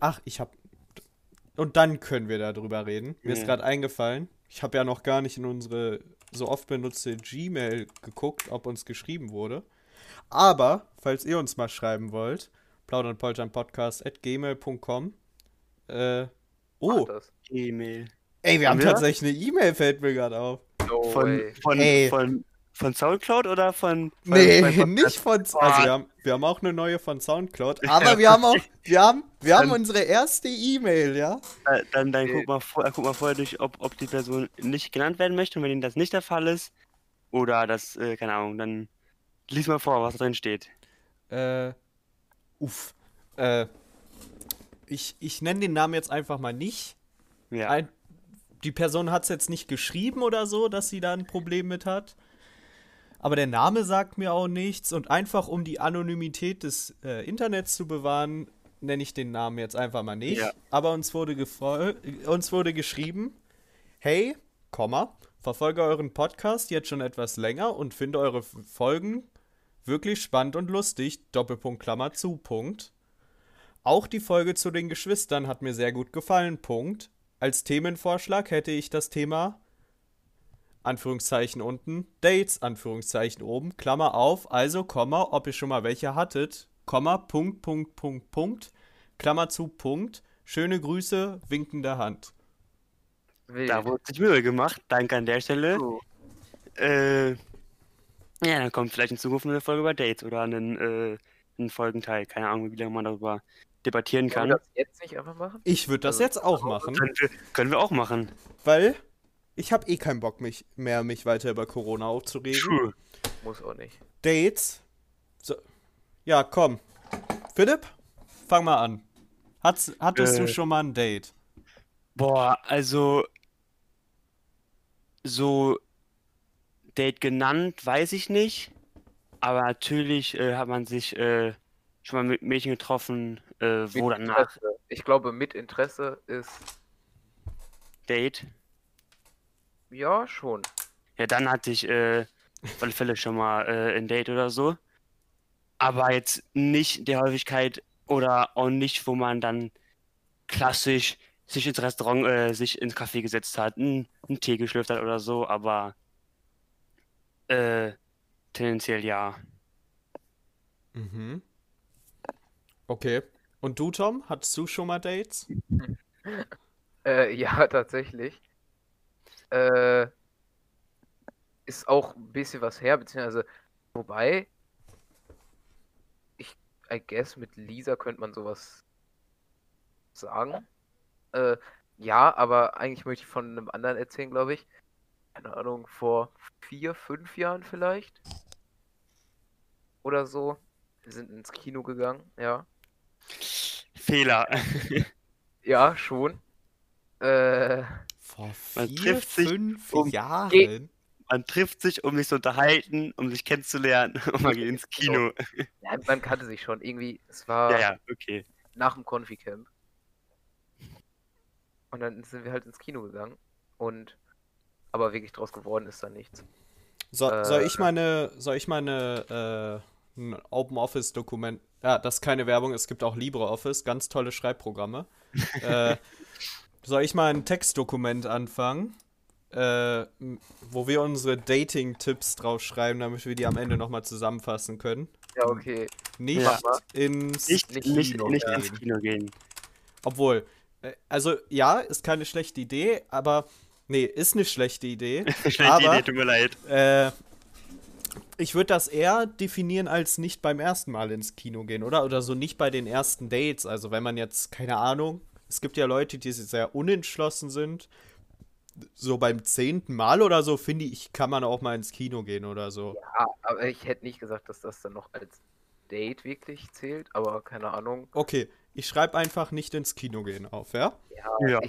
und dann können wir darüber reden. Mir ist Ja. gerade eingefallen, ich habe ja noch gar nicht in unsere so oft benutzte Gmail geguckt, ob uns geschrieben wurde. Aber, falls ihr uns mal schreiben wollt, plaudernpolternpodcast@gmail.com. Mach Oh, das. E-Mail. ey, wir haben Haben wir? tatsächlich eine E-Mail, fällt mir gerade auf. No way. Ey. Von Soundcloud oder von Nee, Podcast? nicht von. Boah. Also wir haben auch eine neue von Soundcloud, aber wir haben Dann- unsere erste E-Mail, ja? Dann Okay. guck mal vorher durch, ob die Person nicht genannt werden möchte. Und wenn Ihnen das nicht der Fall ist, oder das, keine Ahnung, dann lies mal vor, was da drin steht. Uff. Äh, ich nenne den Namen jetzt einfach mal nicht. Ja. Die Person hat es jetzt nicht geschrieben oder so, dass sie da ein Problem mit hat. Aber der Name sagt mir auch nichts. Und einfach um die Anonymität des Internets zu bewahren, nenne ich den Namen jetzt einfach mal nicht. Ja. Aber uns wurde geschrieben, hey, verfolge euren Podcast jetzt schon etwas länger und finde eure Folgen wirklich spannend und lustig, Doppelpunkt, Klammer zu, Punkt. Auch die Folge zu den Geschwistern hat mir sehr gut gefallen, Punkt. Als Themenvorschlag hätte ich das Thema Anführungszeichen unten, Dates, Anführungszeichen oben, Klammer auf, also, Komma, ob ihr schon mal welche hattet, Komma, Punkt, Punkt, Punkt, Punkt, Klammer zu, Punkt, schöne Grüße, winkende Hand. Wild. Da wurde sich Mühe gemacht. Danke an der Stelle. True. Ja, dann kommt vielleicht in Zukunft eine Folge über Dates oder einen Folgenteil. Keine Ahnung, wie lange man darüber debattieren Wollen wir kann. das jetzt nicht einfach machen? Ich würde das Also, jetzt auch machen, Können wir auch machen. weil ich habe eh keinen Bock mich weiter über Corona aufzuregen. True. Muss auch nicht. Dates. So. Ja, komm. Philipp, fang mal an. Hattest du schon mal ein Date? Boah, also so Date genannt, weiß ich nicht. Aber natürlich hat man sich schon mal mit Mädchen getroffen, wo Mit danach Interesse. Ich glaube, mit Interesse ist. Date. Ja, schon. Ja, dann hatte ich auf alle Fälle schon mal ein Date oder so. Aber jetzt nicht der Häufigkeit oder auch nicht, wo man dann klassisch sich ins Restaurant, sich ins Café gesetzt hat, einen Tee geschlürft hat oder so, aber tendenziell ja. Mhm. Okay. Und du, Tom? Hattest du schon mal Dates? Ja, tatsächlich. Ist auch ein bisschen was her, beziehungsweise, wobei, I guess, mit Lisa könnte man sowas sagen. Ja, aber eigentlich möchte ich von einem anderen erzählen, glaube ich. Keine Ahnung, vor 4, 5 Jahren vielleicht. Oder so. Wir sind ins Kino gegangen, ja. Fehler. Ja, schon. Vor Man 4, trifft sich 5 um- Jahren? Man trifft sich, um sich zu unterhalten, um sich kennenzulernen und man geht ins Kino. Ja, man kannte sich schon. Irgendwie, es war Ja, ja, okay. nach dem Konfi-Camp. Und dann sind wir halt ins Kino gegangen. Aber wirklich draus geworden ist da nichts. Soll ich meine ein Open Office Dokument, ja, das ist keine Werbung, es gibt auch LibreOffice, ganz tolle Schreibprogramme. Soll ich mal ein Textdokument anfangen, wo wir unsere Dating-Tipps draufschreiben, damit wir die am Ende nochmal zusammenfassen können? Ja, okay. Nicht Ja. ins Nicht Kino ins gehen. Kino gehen. Obwohl, also ja, ist keine schlechte Idee, aber nee, ist eine schlechte Idee. Schlechte aber, Idee, tut mir leid. Ich würde das eher definieren als nicht beim ersten Mal ins Kino gehen, oder? Oder so nicht bei den ersten Dates. Also wenn man jetzt, keine Ahnung, es gibt ja Leute, die sehr unentschlossen sind. So beim 10. Mal oder so, finde ich, kann man auch mal ins Kino gehen oder so. Ja, aber ich hätte nicht gesagt, dass das dann noch als Date wirklich zählt, aber keine Ahnung. Okay, ich schreibe einfach nicht ins Kino gehen auf, ja? Ja.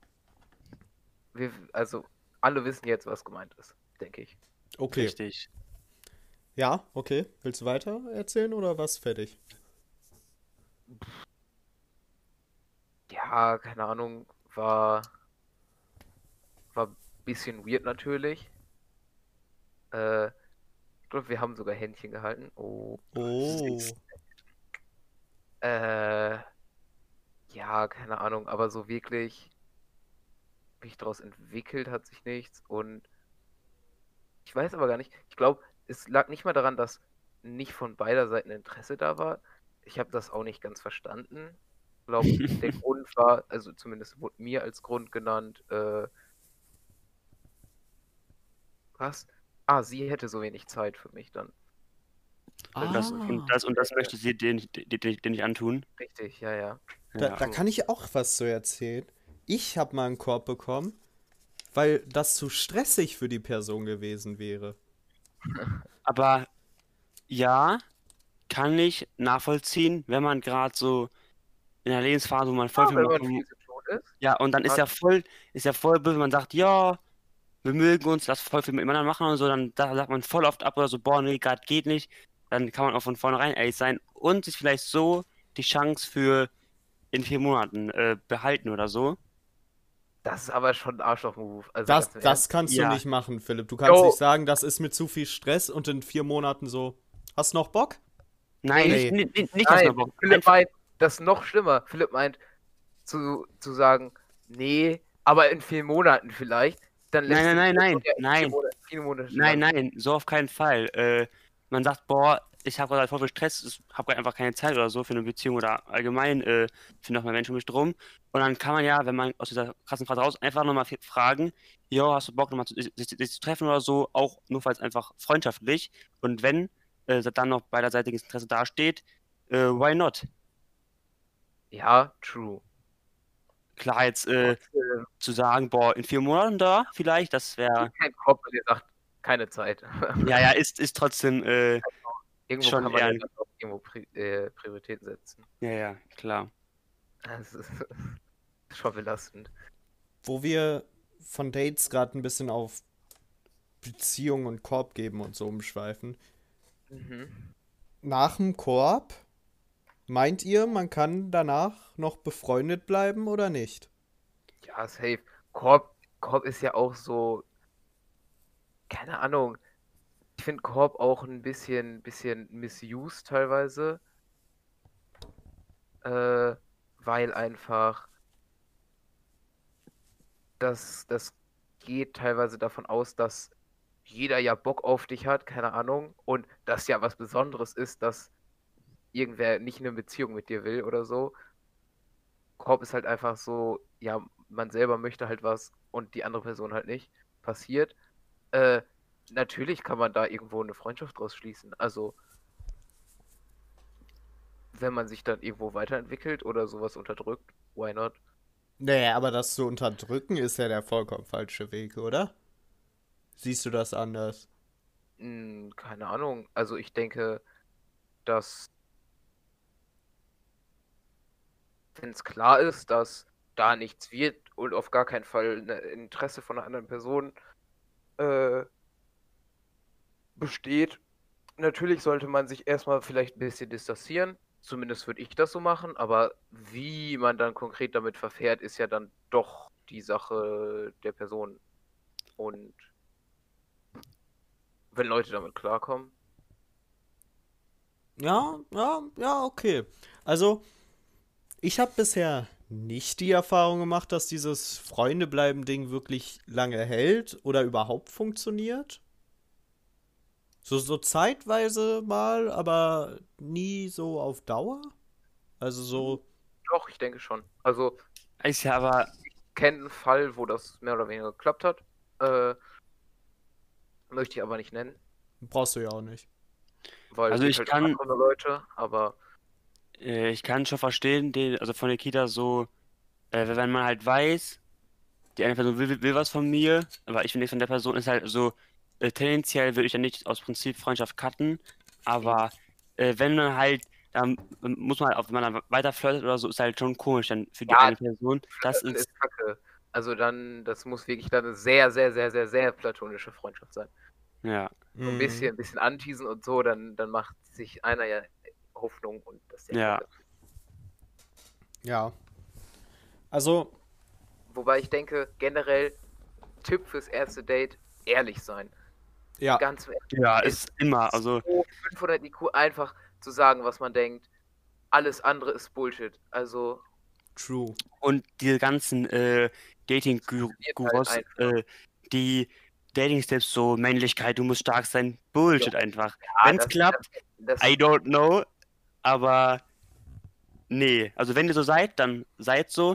Also, alle wissen jetzt, was gemeint ist, denke ich. Okay. Richtig. Ja, okay. Willst du weiter erzählen oder was fertig? Ja, keine Ahnung, war ein bisschen weird natürlich. Ich glaube, wir haben sogar Händchen gehalten. Oh. Oh. Ja, keine Ahnung, aber so wirklich mich daraus entwickelt hat sich nichts und ich weiß aber gar nicht. Ich glaube, es lag nicht mal daran, dass nicht von beider Seiten Interesse da war. Ich habe das auch nicht ganz verstanden. Ich glaube, der Grund war, also zumindest wurde mir als Grund genannt, was? Ah, sie hätte so wenig Zeit für mich dann. Und das möchte sie dir nicht antun. Richtig, ja, ja. Da kann ich auch was zu erzählen. Ich habe mal einen Korb bekommen, weil das zu stressig für die Person gewesen wäre. Aber ja, kann ich nachvollziehen, wenn man gerade so in der Lebensphase, wo man voll viel Wenn man machen viel zu tun ist. ja, und dann ist ja voll böse, man sagt, ja, wir mögen uns, lass voll viel miteinander machen und so, dann sagt man voll oft ab oder so, boah, nee, gerade geht nicht. Dann kann man auch von vornherein ehrlich sein und sich vielleicht so die Chance für in 4 Monaten behalten oder so. Das ist aber schon ein Arschloch-Move. Also Das ganz im Ernst. kannst du Ja. nicht machen, Philipp. Du kannst Jo. nicht sagen, das ist mir zu viel Stress und in 4 Monaten so, hast noch Bock? Nein, Nee. nicht das Nein, Bock. Philipp meint, das ist noch schlimmer. Philipp meint, zu sagen, nee, aber in 4 Monaten vielleicht. dann lässt Nein, du nein, die nein, Person ja nein, viele Monate nein, lang. nein, so auf keinen Fall. Man sagt, boah, ich habe gerade voll viel Stress, ich habe gerade einfach keine Zeit oder so für eine Beziehung oder allgemein für noch mehr Menschen um mich drum. Und dann kann man ja, wenn man aus dieser krassen Phase raus, einfach nochmal fragen, jo, hast du Bock, nochmal sich zu treffen oder so, auch nur falls einfach freundschaftlich. Und wenn dann noch beiderseitiges Interesse dasteht, why not? Ja, true. Klar, jetzt Trotzdem, zu sagen, boah, in 4 Monaten da vielleicht, das wäre, kein Kopf, der sagt, keine Zeit. ja, ist trotzdem Irgendwo schon kann man eher, ja dann auch irgendwo Prioritäten setzen. ja, klar. Das ist schon belastend. Wo wir von Dates gerade ein bisschen auf Beziehung und Korb geben und so umschweifen. Mhm. Nach dem Korb, meint ihr, man kann danach noch befreundet bleiben oder nicht? Ja, safe. Korb ist ja auch so, keine Ahnung. Ich finde Korb auch ein bisschen misused teilweise, äh, weil einfach das geht teilweise davon aus, dass jeder ja Bock auf dich hat, keine Ahnung, und das ja was Besonderes ist, dass irgendwer nicht eine Beziehung mit dir will oder so. Korb ist halt einfach so, ja, man selber möchte halt was und die andere Person halt nicht. Passiert. Äh, Natürlich kann man da irgendwo eine Freundschaft draus schließen. Also, wenn man sich dann irgendwo weiterentwickelt oder sowas unterdrückt, why not? Nee, aber das zu unterdrücken ist ja der vollkommen falsche Weg, oder? Siehst du das anders? Keine Ahnung. Also ich denke, dass, wenn es klar ist, dass da nichts wird und auf gar keinen Fall ein Interesse von einer anderen Person äh, besteht, natürlich sollte man sich erstmal vielleicht ein bisschen distanzieren. Zumindest würde ich das so machen, aber wie man dann konkret damit verfährt, ist ja dann doch die Sache der Person. Und wenn Leute damit klarkommen, Ja, ja, ja, okay. Also, ich habe bisher nicht die Erfahrung gemacht, dass dieses Freunde bleiben Ding wirklich lange hält oder überhaupt funktioniert. So zeitweise mal, aber nie so auf Dauer. Also so, doch, ich denke schon. Also Ist ja aber, kenne einen Fall, wo das mehr oder weniger geklappt hat. Äh, Möchte ich aber nicht nennen, brauchst du ja auch nicht. weil es also gibt halt auch andere Leute, aber ich kann schon verstehen, also von der Kita so, wenn man halt weiß, die eine Person will was von mir, aber ich will nichts von der Person, ist halt so, tendenziell würde ich ja nicht aus Prinzip Freundschaft cutten, aber wenn man halt, dann muss man halt, auch wenn man dann weiter flirtet oder so, ist halt schon komisch dann für die ja, eine Person. Das das ist, ist Kacke. Also dann, das muss wirklich dann eine sehr, sehr, sehr, sehr, sehr platonische Freundschaft sein. ja. So ein bisschen anteasen und so, dann macht sich einer ja Hoffnung und das ist ja Ja. Kacke. Ja. Also, Wobei ich denke, generell Tipp fürs erste Date, ehrlich sein. ja, Ganz ehrlich. Ja, ist immer, also, So 500 IQ einfach zu sagen, was man denkt. Alles andere ist Bullshit. Also, true. und diese ganzen halt Dating-Gurus, einfach. die Dating-Steps, so Männlichkeit, du musst stark sein, Bullshit einfach. Ja, Wenn's klappt, I don't know, aber nee. Also wenn ihr so seid, dann seid so.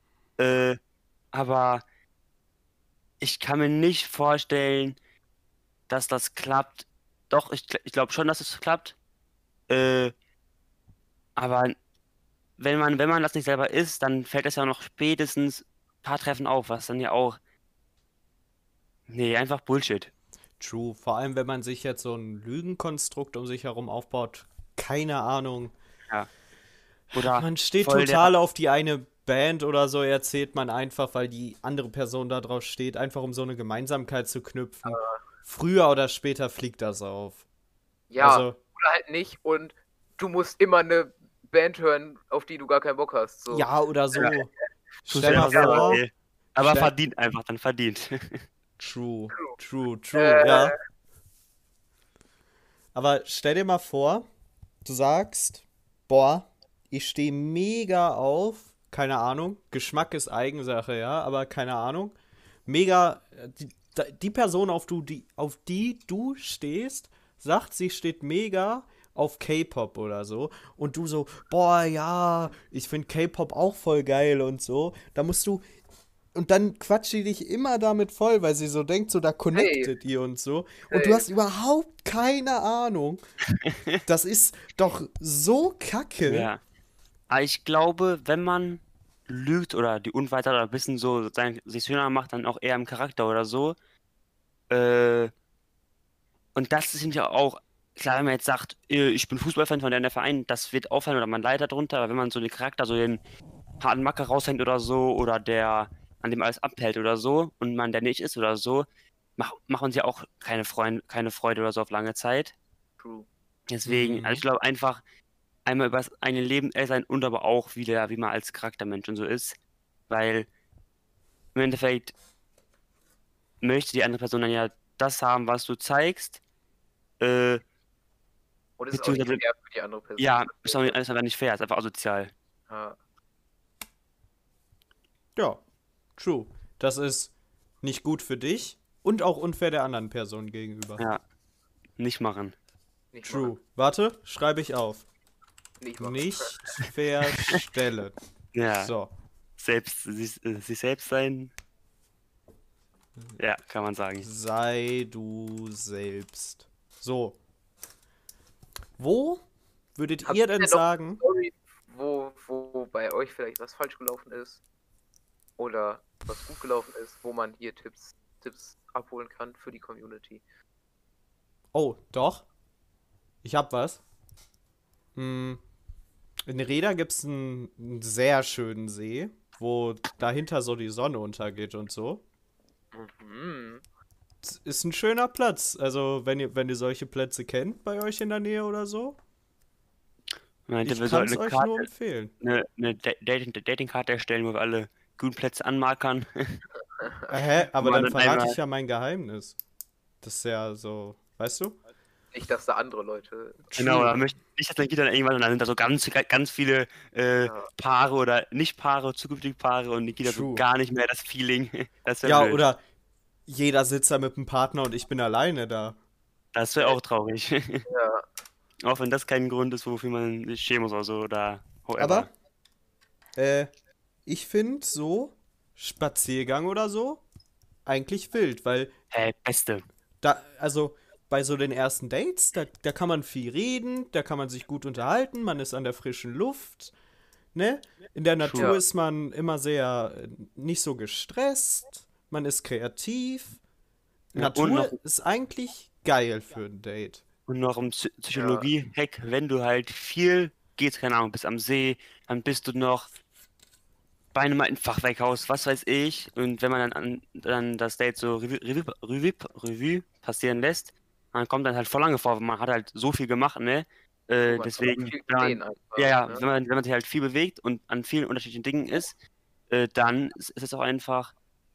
Aber ich kann mir nicht vorstellen, dass das klappt. Doch, ich glaube schon, dass es klappt. Äh, aber wenn man das nicht selber ist, dann fällt es ja noch spätestens ein paar Treffen auf, was dann ja auch. Nee, einfach Bullshit. True. Vor allem, wenn man sich jetzt so ein Lügenkonstrukt um sich herum aufbaut. Keine Ahnung. Ja. Oder Man steht voll der. total auf die eine Band oder so, erzählt man einfach, weil die andere Person da drauf steht, einfach um so eine Gemeinsamkeit zu knüpfen. Früher oder später fliegt das auf. Ja, Also, oder halt nicht. Und du musst immer eine Band hören, auf die du gar keinen Bock hast. So. ja, oder so. Ja. Stell mal selber, vor. ey. Aber Stell- verdient einfach, dann verdient. True, ja. Aber stell dir mal vor, du sagst, boah, ich stehe mega auf, keine Ahnung, Geschmack ist Eigensache, ja, aber keine Ahnung, mega, die Person, auf die du stehst, sagt, sie steht mega auf K-Pop oder so. Und du so, boah, ja, ich finde K-Pop auch voll geil und so. Da musst du. Und dann quatscht die dich immer damit voll, weil sie so denkt, so da connectet ihr und so. Und du hast überhaupt keine Ahnung. Das ist doch so kacke. Ja. Aber ich glaube, wenn man lügt oder die Unweiter oder ein bisschen so sich schöner macht, dann auch eher im Charakter oder so. Äh, und das sind ja auch, klar, wenn man jetzt sagt, ich bin Fußballfan von der Verein, das wird auffallen oder man leidet darunter, aber wenn man so den Charakter, so den harten Macker raushängt oder so, oder der an dem alles abhält oder so, und man der nicht ist oder so, macht uns ja auch keine Freude oder so auf lange Zeit. True. Deswegen, also ich glaube einfach, einmal über das eigene Leben sein und aber auch wieder, wie man als Charaktermensch und so ist. Weil im Endeffekt möchte die andere Person dann ja das haben, was du zeigst. Und es ist auch nicht Beziehungsweise, fair für die andere Person. ja, ist aber nicht fair, ist einfach asozial. Ja. Ja, true. Das ist nicht gut für dich und auch unfair der anderen Person gegenüber. Ja, nicht machen. Nicht True. machen. Warte, schreibe ich auf. Nicht machen. Nicht verstellen. Ja, So. sich selbst sein. Ja, kann man sagen. Sei du selbst. So. Wo würdet Habt ihr ihr denn noch sagen? Story, wo bei euch vielleicht was falsch gelaufen ist? Oder was gut gelaufen ist, wo man hier Tipps abholen kann für die Community? Oh, doch. Ich hab was. In Reda gibt's einen sehr schönen See, wo dahinter so die Sonne untergeht und so. Mhm. Es ist ein schöner Platz. Also, wenn ihr solche Plätze kennt bei euch in der Nähe oder so, Meinte, ich wir kann sollten es eine euch nur Karte, empfehlen. eine Dating-Karte erstellen, wo wir alle guten Plätze anmarkern. Hä? Aber Man dann dann verrate einmal- ich ja mein Geheimnis. Das ist ja so, weißt du? Nicht, dass da andere Leute. Genau, True. da möchte ich, dass dann geht dann irgendwann und dann sind da so ganz viele Ja. Paare oder nicht Paare, zukünftige Paare und Nikita so True. gar nicht mehr das Feeling. Das wäre Ja, blöd. oder jeder sitzt da mit einem Partner und ich bin alleine da. Das wäre auch traurig. Ja. Auch wenn das kein Grund ist, wofür man sich schämen muss oder so oder however. Aber ich finde so Spaziergang oder so eigentlich wild, weil Beste. also bei so den ersten Dates, da kann man viel reden, da kann man sich gut unterhalten, man ist an der frischen Luft, ne? In der Natur Ja. ist man immer sehr nicht so gestresst, man ist kreativ. Ja, und Natur noch- ist eigentlich geil für ein Date. Und noch im Psychologie-Hack, wenn du halt viel gehst, keine Ahnung, bist am See, dann bist du noch bei einem alten Fachwerkhaus, was weiß ich. Und wenn man dann das Date so Revue passieren lässt, dann kommt dann halt voll lange vor, weil man hat halt so viel gemacht, ne? Man hat auch Deswegen, viel wenn gesehen man, einfach, ja, ne? wenn man sich halt viel bewegt und an vielen unterschiedlichen Dingen ist, dann ist es auch einfach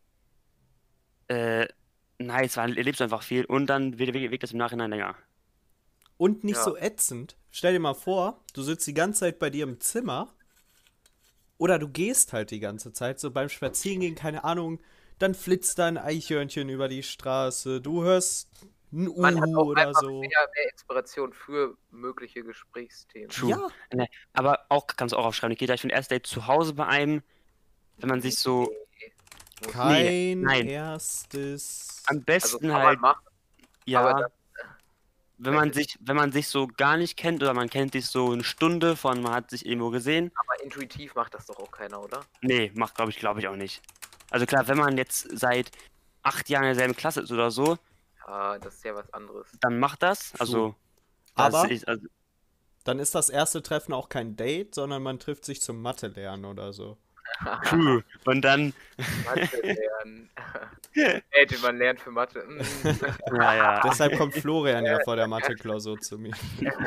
nice, weil erlebst du einfach viel und dann wirkt das im Nachhinein länger. Und nicht Ja. so ätzend. Stell dir mal vor, du sitzt die ganze Zeit bei dir im Zimmer oder du gehst halt die ganze Zeit, so beim Spazierengehen, keine Ahnung, dann flitzt da ein Eichhörnchen über die Straße, du hörst ein Man hat Uhu auch oder einfach so. mehr Inspiration für mögliche Gesprächsthemen. True. Ja, Ne, aber auch kannst du auch aufschreiben. Ich gehe gleich für ein erstes Date zu Hause bei einem, wenn man sich so kein nein. erstes. am Also besten kann halt, man machen, aber ja, das, wenn man sich so gar nicht kennt oder man kennt sich so eine Stunde von, man hat sich irgendwo gesehen. aber intuitiv macht das doch auch keiner, oder? Nee, macht glaube ich auch nicht. Also klar, wenn man jetzt seit 8 Jahren in derselben Klasse ist oder so, Ja, das ist ja was anderes. dann macht das. Also, Aber- also Dann ist das erste Treffen auch kein Date, sondern man trifft sich zum Mathe lernen oder so. true. Und dann, Mathe lernen. Hätte man lernt für Mathe. ja. Deshalb kommt Florian ja vor der Mathe-Klausur zu mir.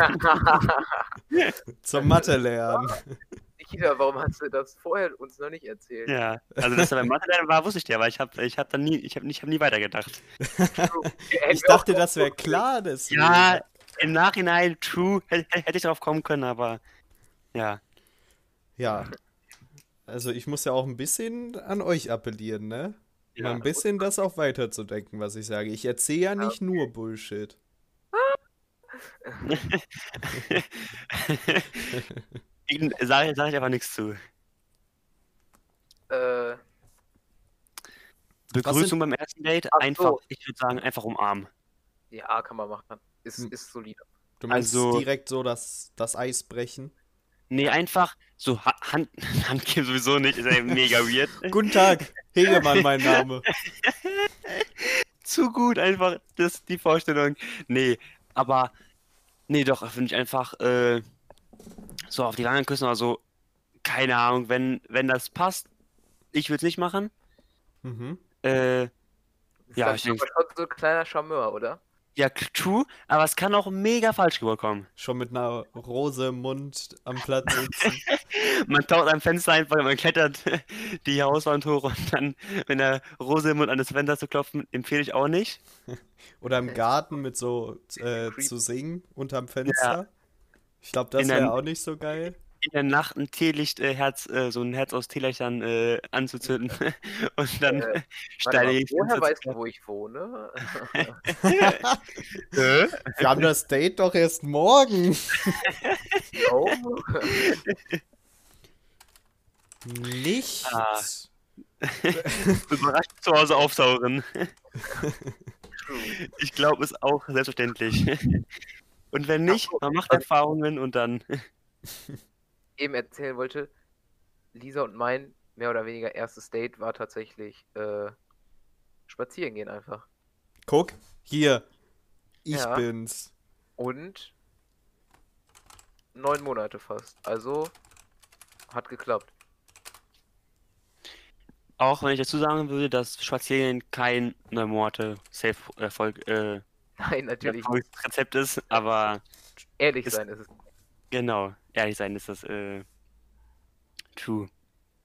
Zum Mathe lernen. Nikita, warum hast du das vorher uns noch nicht erzählt? Ja, also dass er bei Mathe lernen war, wusste ich ja, aber ich hab nie weitergedacht. Ich dachte, das wäre klar, deswegen. Ja, im Nachhinein, true, hätte ich drauf kommen können, aber ja. Ja. Also ich muss ja auch ein bisschen an euch appellieren, ne? mal ein bisschen das auch weiterzudenken, was ich sage. Ich erzähle ja nicht nur Bullshit. Sag ich einfach nichts zu. Äh, Begrüßung beim ersten Date, Ach einfach, so. ich würde sagen, einfach umarmen. ja, kann man machen. Ist Hm. solide. Du meinst Also- direkt so das Eis brechen? Nee, einfach so Hand geben sowieso nicht, ist ja mega weird. Guten Tag, Hegemann, mein Name. Zu gut einfach, die Vorstellung. Nee, aber, nee, doch, finde ich einfach, so auf die Wangen küssen oder so, keine Ahnung, wenn das passt, ich würde es nicht machen. Mhm. Äh, Ist Ja, dann ich denke- aber schon so ein kleiner Charmeur, oder? ja, true, aber es kann auch mega falsch rüberkommen. Schon mit einer Rose im Mund am Platz sitzen. Man taucht am Fenster einfach, man klettert die Hauswand hoch und dann mit einer Rose im Mund an das Fenster zu klopfen, empfehle ich auch nicht. Oder im Garten mit so zu singen unterm Fenster. Ich glaube, das In der- wäre auch nicht so geil. In der Nacht ein Teelicht, so ein Herz aus Teelichtern anzuzünden und dann Warte mal, steile woher weißt du, wo ich wohne? Wir haben das Date doch erst morgen. Oh. Nicht. Ah. Überrascht zu Hause aufsaugen. Ich glaube, ist auch selbstverständlich. Und wenn nicht, Ach so, man macht also- Erfahrungen und dann. Eben erzählen wollte, Lisa und mein mehr oder weniger erstes Date war tatsächlich spazieren gehen einfach. Guck, hier. Ich Ja. bin's. Und 9 Monate fast. Also hat geklappt. Auch wenn ich dazu sagen würde, dass Spaziergehen kein 9 Monate Safe-Erfolg Nein, natürlich nicht. Rezept ist, aber Ehrlich ist- sein ist es. genau, ehrlich sein ist das true.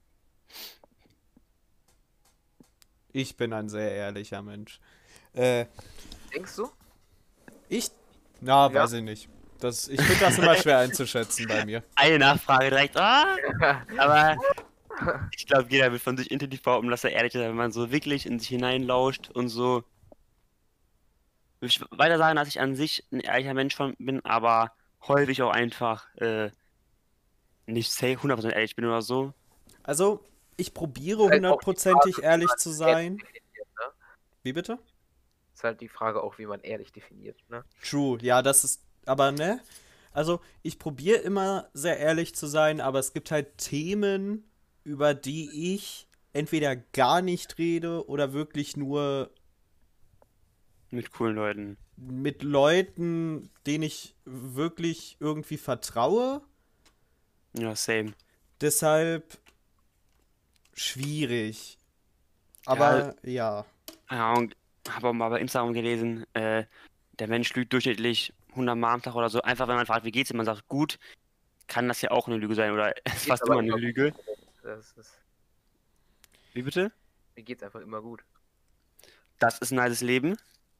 Ich bin ein sehr ehrlicher Mensch. Denkst du? Ich? Na, Ja. weiß ich nicht. Ich finde das immer schwer einzuschätzen bei mir. Eine Nachfrage direkt, aber ich glaube, jeder will von sich intensiv behaupten, dass er ehrlich ist, wenn man so wirklich in sich hineinlauscht und so. Will ich weiter sagen, dass ich an sich ein ehrlicher Mensch bin, aber häufig auch einfach nicht 100% ehrlich bin oder so. Also, ich probiere Halt auch die hundertprozentig Frage, ehrlich wie man zu ehrlich sein. definiert, ne? Wie bitte? Ist halt die Frage auch, wie man ehrlich definiert, ne? True, ja, das ist, aber ne? Also, ich probiere immer sehr ehrlich zu sein, aber es gibt halt Themen, über die ich entweder gar nicht rede oder wirklich nur Mit coolen Leuten. mit Leuten, denen ich wirklich irgendwie vertraue. Ja, same. Deshalb schwierig. Aber ja. Ja, und habe auch mal bei Instagram gelesen, der Mensch lügt durchschnittlich 100 Mal am Tag oder so. Einfach, wenn man fragt, wie geht's dir, man sagt, gut, kann das ja auch eine Lüge sein oder es ist Geht's fast aber immer eine immer Lüge. Das ist, Wie bitte? mir geht's einfach immer gut. Das ist ein nices Leben.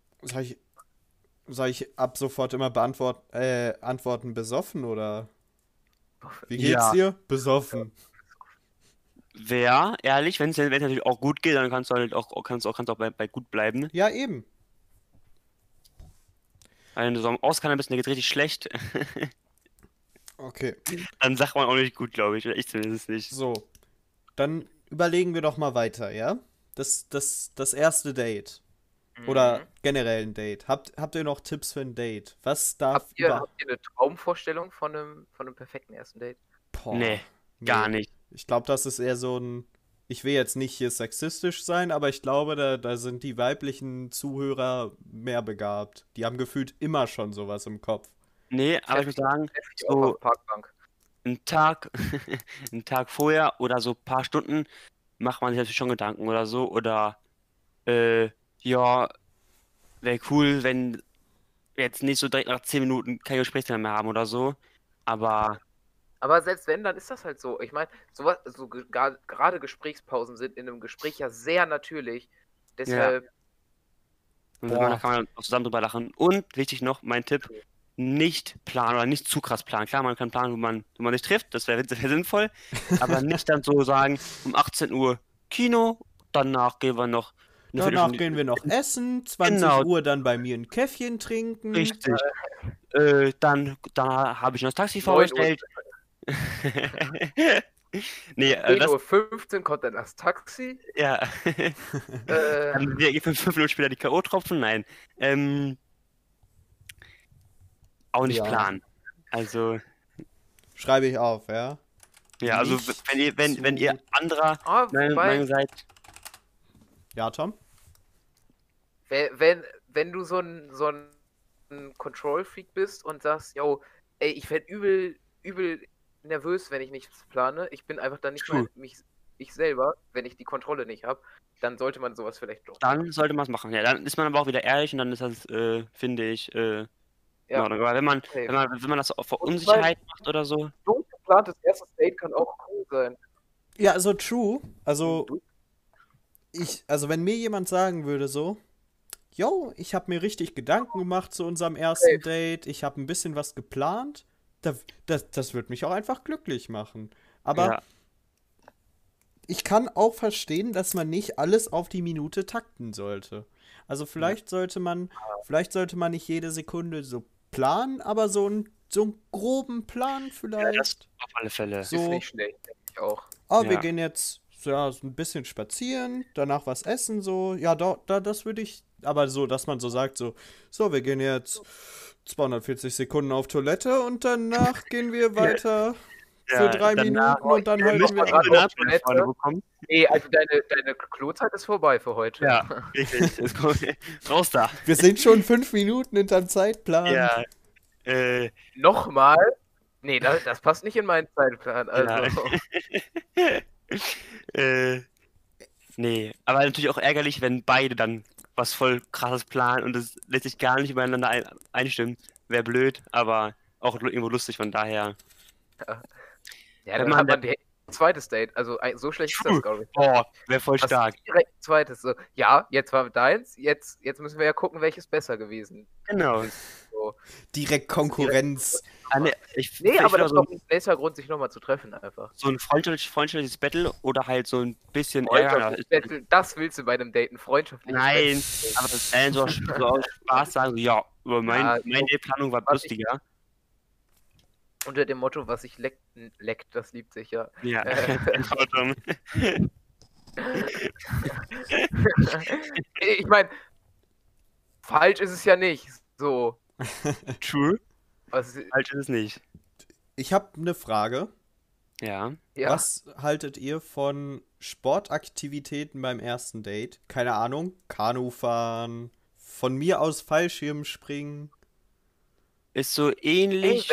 Soll ich ab sofort immer antworten besoffen oder? Wie geht's Ja. dir? Besoffen. Wer, ehrlich, wenn es natürlich auch gut geht, dann kannst du halt kannst auch bei gut bleiben. Ja, eben. Wenn du so am Auskannern bist und dir geht's richtig schlecht, Okay. dann sagt man auch nicht gut, glaube ich. Oder ich zumindest nicht. So. Dann überlegen wir doch mal weiter, ja? Das erste Date. Oder generell ein Date. Habt ihr noch Tipps für ein Date? Was darf Habt ihr eine Traumvorstellung von einem perfekten ersten Date? Boah, Nee, gar nicht. Ich glaube, das ist eher so ein. Ich will jetzt nicht hier sexistisch sein, aber ich glaube, da sind die weiblichen Zuhörer mehr begabt. Die haben gefühlt immer schon sowas im Kopf. Nee, aber ich muss sagen, Ich auch so auf Parkbank. einen Tag, einen Tag vorher oder so ein paar Stunden macht man sich natürlich schon Gedanken oder so. Oder, ja, wäre cool, wenn wir jetzt nicht so direkt nach 10 Minuten kein Gesprächsthema mehr haben oder so. Aber Aber selbst wenn, dann ist das halt so. Ich meine, sowas, gerade Gesprächspausen sind in einem Gespräch ja sehr natürlich. Deshalb, und Boah. da kann man auch zusammen drüber lachen. Und wichtig noch, mein Tipp, nicht planen oder nicht zu krass planen. Klar, man kann planen, wo man sich trifft, das wäre sinnvoll. Aber nicht dann so sagen, um 18 Uhr Kino, danach gehen wir noch eine Danach Viertelstunde. gehen wir noch essen, 20 Genau. Uhr dann bei mir ein Käffchen trinken. Richtig. Dann habe ich noch das Taxi 9 Uhr, vorgestellt. Nee, 10:15 Uhr kommt dann das Taxi. ja. Dann wir 5 Minuten später die K.O.-Tropfen. Nein. Auch nicht Ja. planen. Also, Schreibe ich auf, ja. ja, also Nicht wenn ihr zu- anderer Wobei, Meinung seid, Ja, Tom? wenn du so ein Control-Freak bist und sagst, yo, ey, ich werde übel nervös, wenn ich nichts plane. Ich bin einfach dann nicht True. mehr ich selber, wenn ich die Kontrolle nicht habe, dann sollte man sowas vielleicht doch. dann sollte man es machen. Ja, dann ist man aber auch wieder ehrlich und dann ist das, finde ich, in Ja. Ordnung. Aber wenn man das vor Und Unsicherheit macht oder so, Durchgeplantes erstes Date kann auch cool sein. Ja, also true. Also wenn mir jemand sagen würde so, yo, ich habe mir richtig Gedanken gemacht zu unserem ersten Date, ich habe ein bisschen was geplant, das wird mich auch einfach glücklich machen. Aber ja, ich kann auch verstehen, dass man nicht alles auf die Minute takten sollte. Also vielleicht sollte man nicht jede Sekunde so planen, aber so einen groben Plan vielleicht. das auf alle Fälle. Ist So, nicht schlecht, denke ich auch. wir Ja. gehen jetzt so ein bisschen spazieren, danach was essen, so. Ja, das würde ich, aber so, dass man so sagt, so, wir gehen jetzt 240 Sekunden auf Toilette und danach gehen wir weiter für Ja, 3 danach- Minuten und dann halten Müssen wir wir gerade an. noch eine Toilette. vorne bekommen? Nee, also deine Klozeit ist vorbei für heute. Ja, richtig. Jetzt komm, raus da. Wir sind schon 5 Minuten hinterm Zeitplan. Ja, Nochmal? Nee, das passt nicht in meinen Zeitplan. Also. Nee, aber natürlich auch ärgerlich, wenn beide dann was voll krasses planen und es lässt sich gar nicht übereinander einstimmen. Wäre blöd, aber auch irgendwo lustig, von daher. Ja, Wenn dann man hat man direkt ein zweites Date. Also so schlecht ist das, glaube ich. Boah, wäre voll Hast stark. direkt ein zweites. So, ja, jetzt war deins, jetzt müssen wir ja gucken, welches besser gewesen Genau. So. Direkt Konkurrenz. Nee, Nee, aber will das ist auch doch ein nächster Grund, sich nochmal zu treffen, einfach. so ein freundschaftliches Battle oder halt so ein bisschen Ärger. Freundschaftliches Battle, das willst du bei einem Date, ein freundschaftliches Nein, Battle. aber das so aus Spaß sagen, so, ja, über meine Planung war was ich- lustiger. Unter dem Motto, was sich leckt, das liebt sich ja. Ja, genau, Tom. Ich meine, falsch ist es ja nicht. So. True. Also, Falsch ist es nicht. Ich habe eine Frage. Ja. ja. Was haltet ihr von Sportaktivitäten beim ersten Date? Keine Ahnung, Kanufahren, von mir aus Fallschirmspringen. Ist so Ey, ähnlich,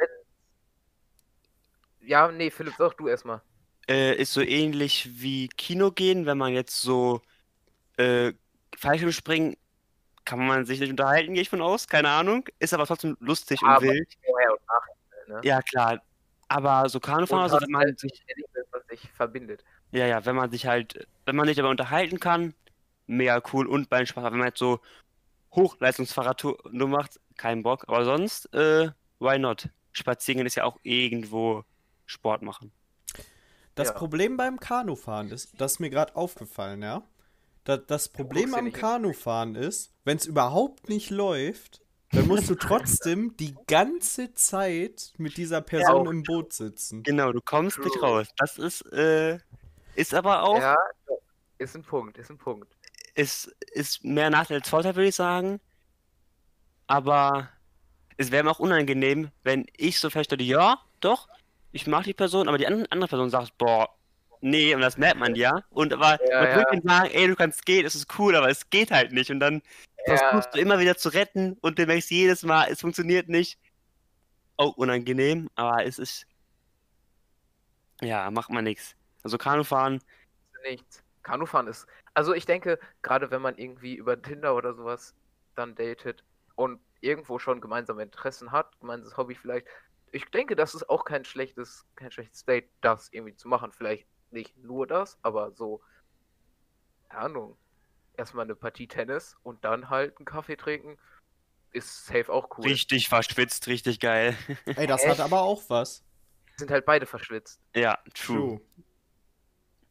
ja, nee, Philipp, sag du erstmal. ist so ähnlich wie Kino gehen, wenn man jetzt so Fallschirmspringen kann man sich nicht unterhalten, gehe ich von aus, keine Ahnung. Ist aber trotzdem lustig und Aber wild. vorher und nachher, ne? Ja, klar. Aber so Kanufahren, Und also wenn man halt sich, was sich verbindet. ja, wenn man sich dabei unterhalten kann, mega cool und beim Spaß. Wenn man jetzt so Hochleistungsfahrradtour nur macht, kein Bock. Aber sonst, why not? Spazieren ist ja auch irgendwo Sport machen. Das Ja. Problem beim Kanufahren ist, das ist mir gerade aufgefallen, ja. Das Problem guckst dir am nicht hin. Kanufahren ist, wenn es überhaupt nicht läuft, dann musst du trotzdem die ganze Zeit mit dieser Person auch im Boot sitzen. Genau, du kommst nicht True. raus. Das ist aber auch, Ja, ist ein Punkt. ist mehr Nachteil als Vorteil, würde ich sagen. Aber es wäre mir auch unangenehm, wenn ich so feststelle, ja, doch, ich mag die Person, aber die andere Person sagt, boah, nee, und das merkt man ja. Und aber Ja, man würde ihm sagen, ey, du kannst gehen, es ist cool, aber es geht halt nicht. Und dann versuchst du immer wieder zu retten und du merkst jedes Mal, es funktioniert nicht. Auch unangenehm, aber es ist, ja, macht man nichts. Also Kanufahren, Nichts. Kanufahren ist. Also ich denke, gerade wenn man irgendwie über Tinder oder sowas dann datet und irgendwo schon gemeinsame Interessen hat, gemeinsames Hobby vielleicht, ich denke, das ist auch kein schlechtes Date, das irgendwie zu machen. Vielleicht nicht nur das, aber so, keine Ahnung, erstmal eine Partie Tennis und dann halt einen Kaffee trinken, ist safe auch cool. richtig verschwitzt, richtig geil. Ey, das hat aber auch was. Sind halt beide verschwitzt. Ja, true.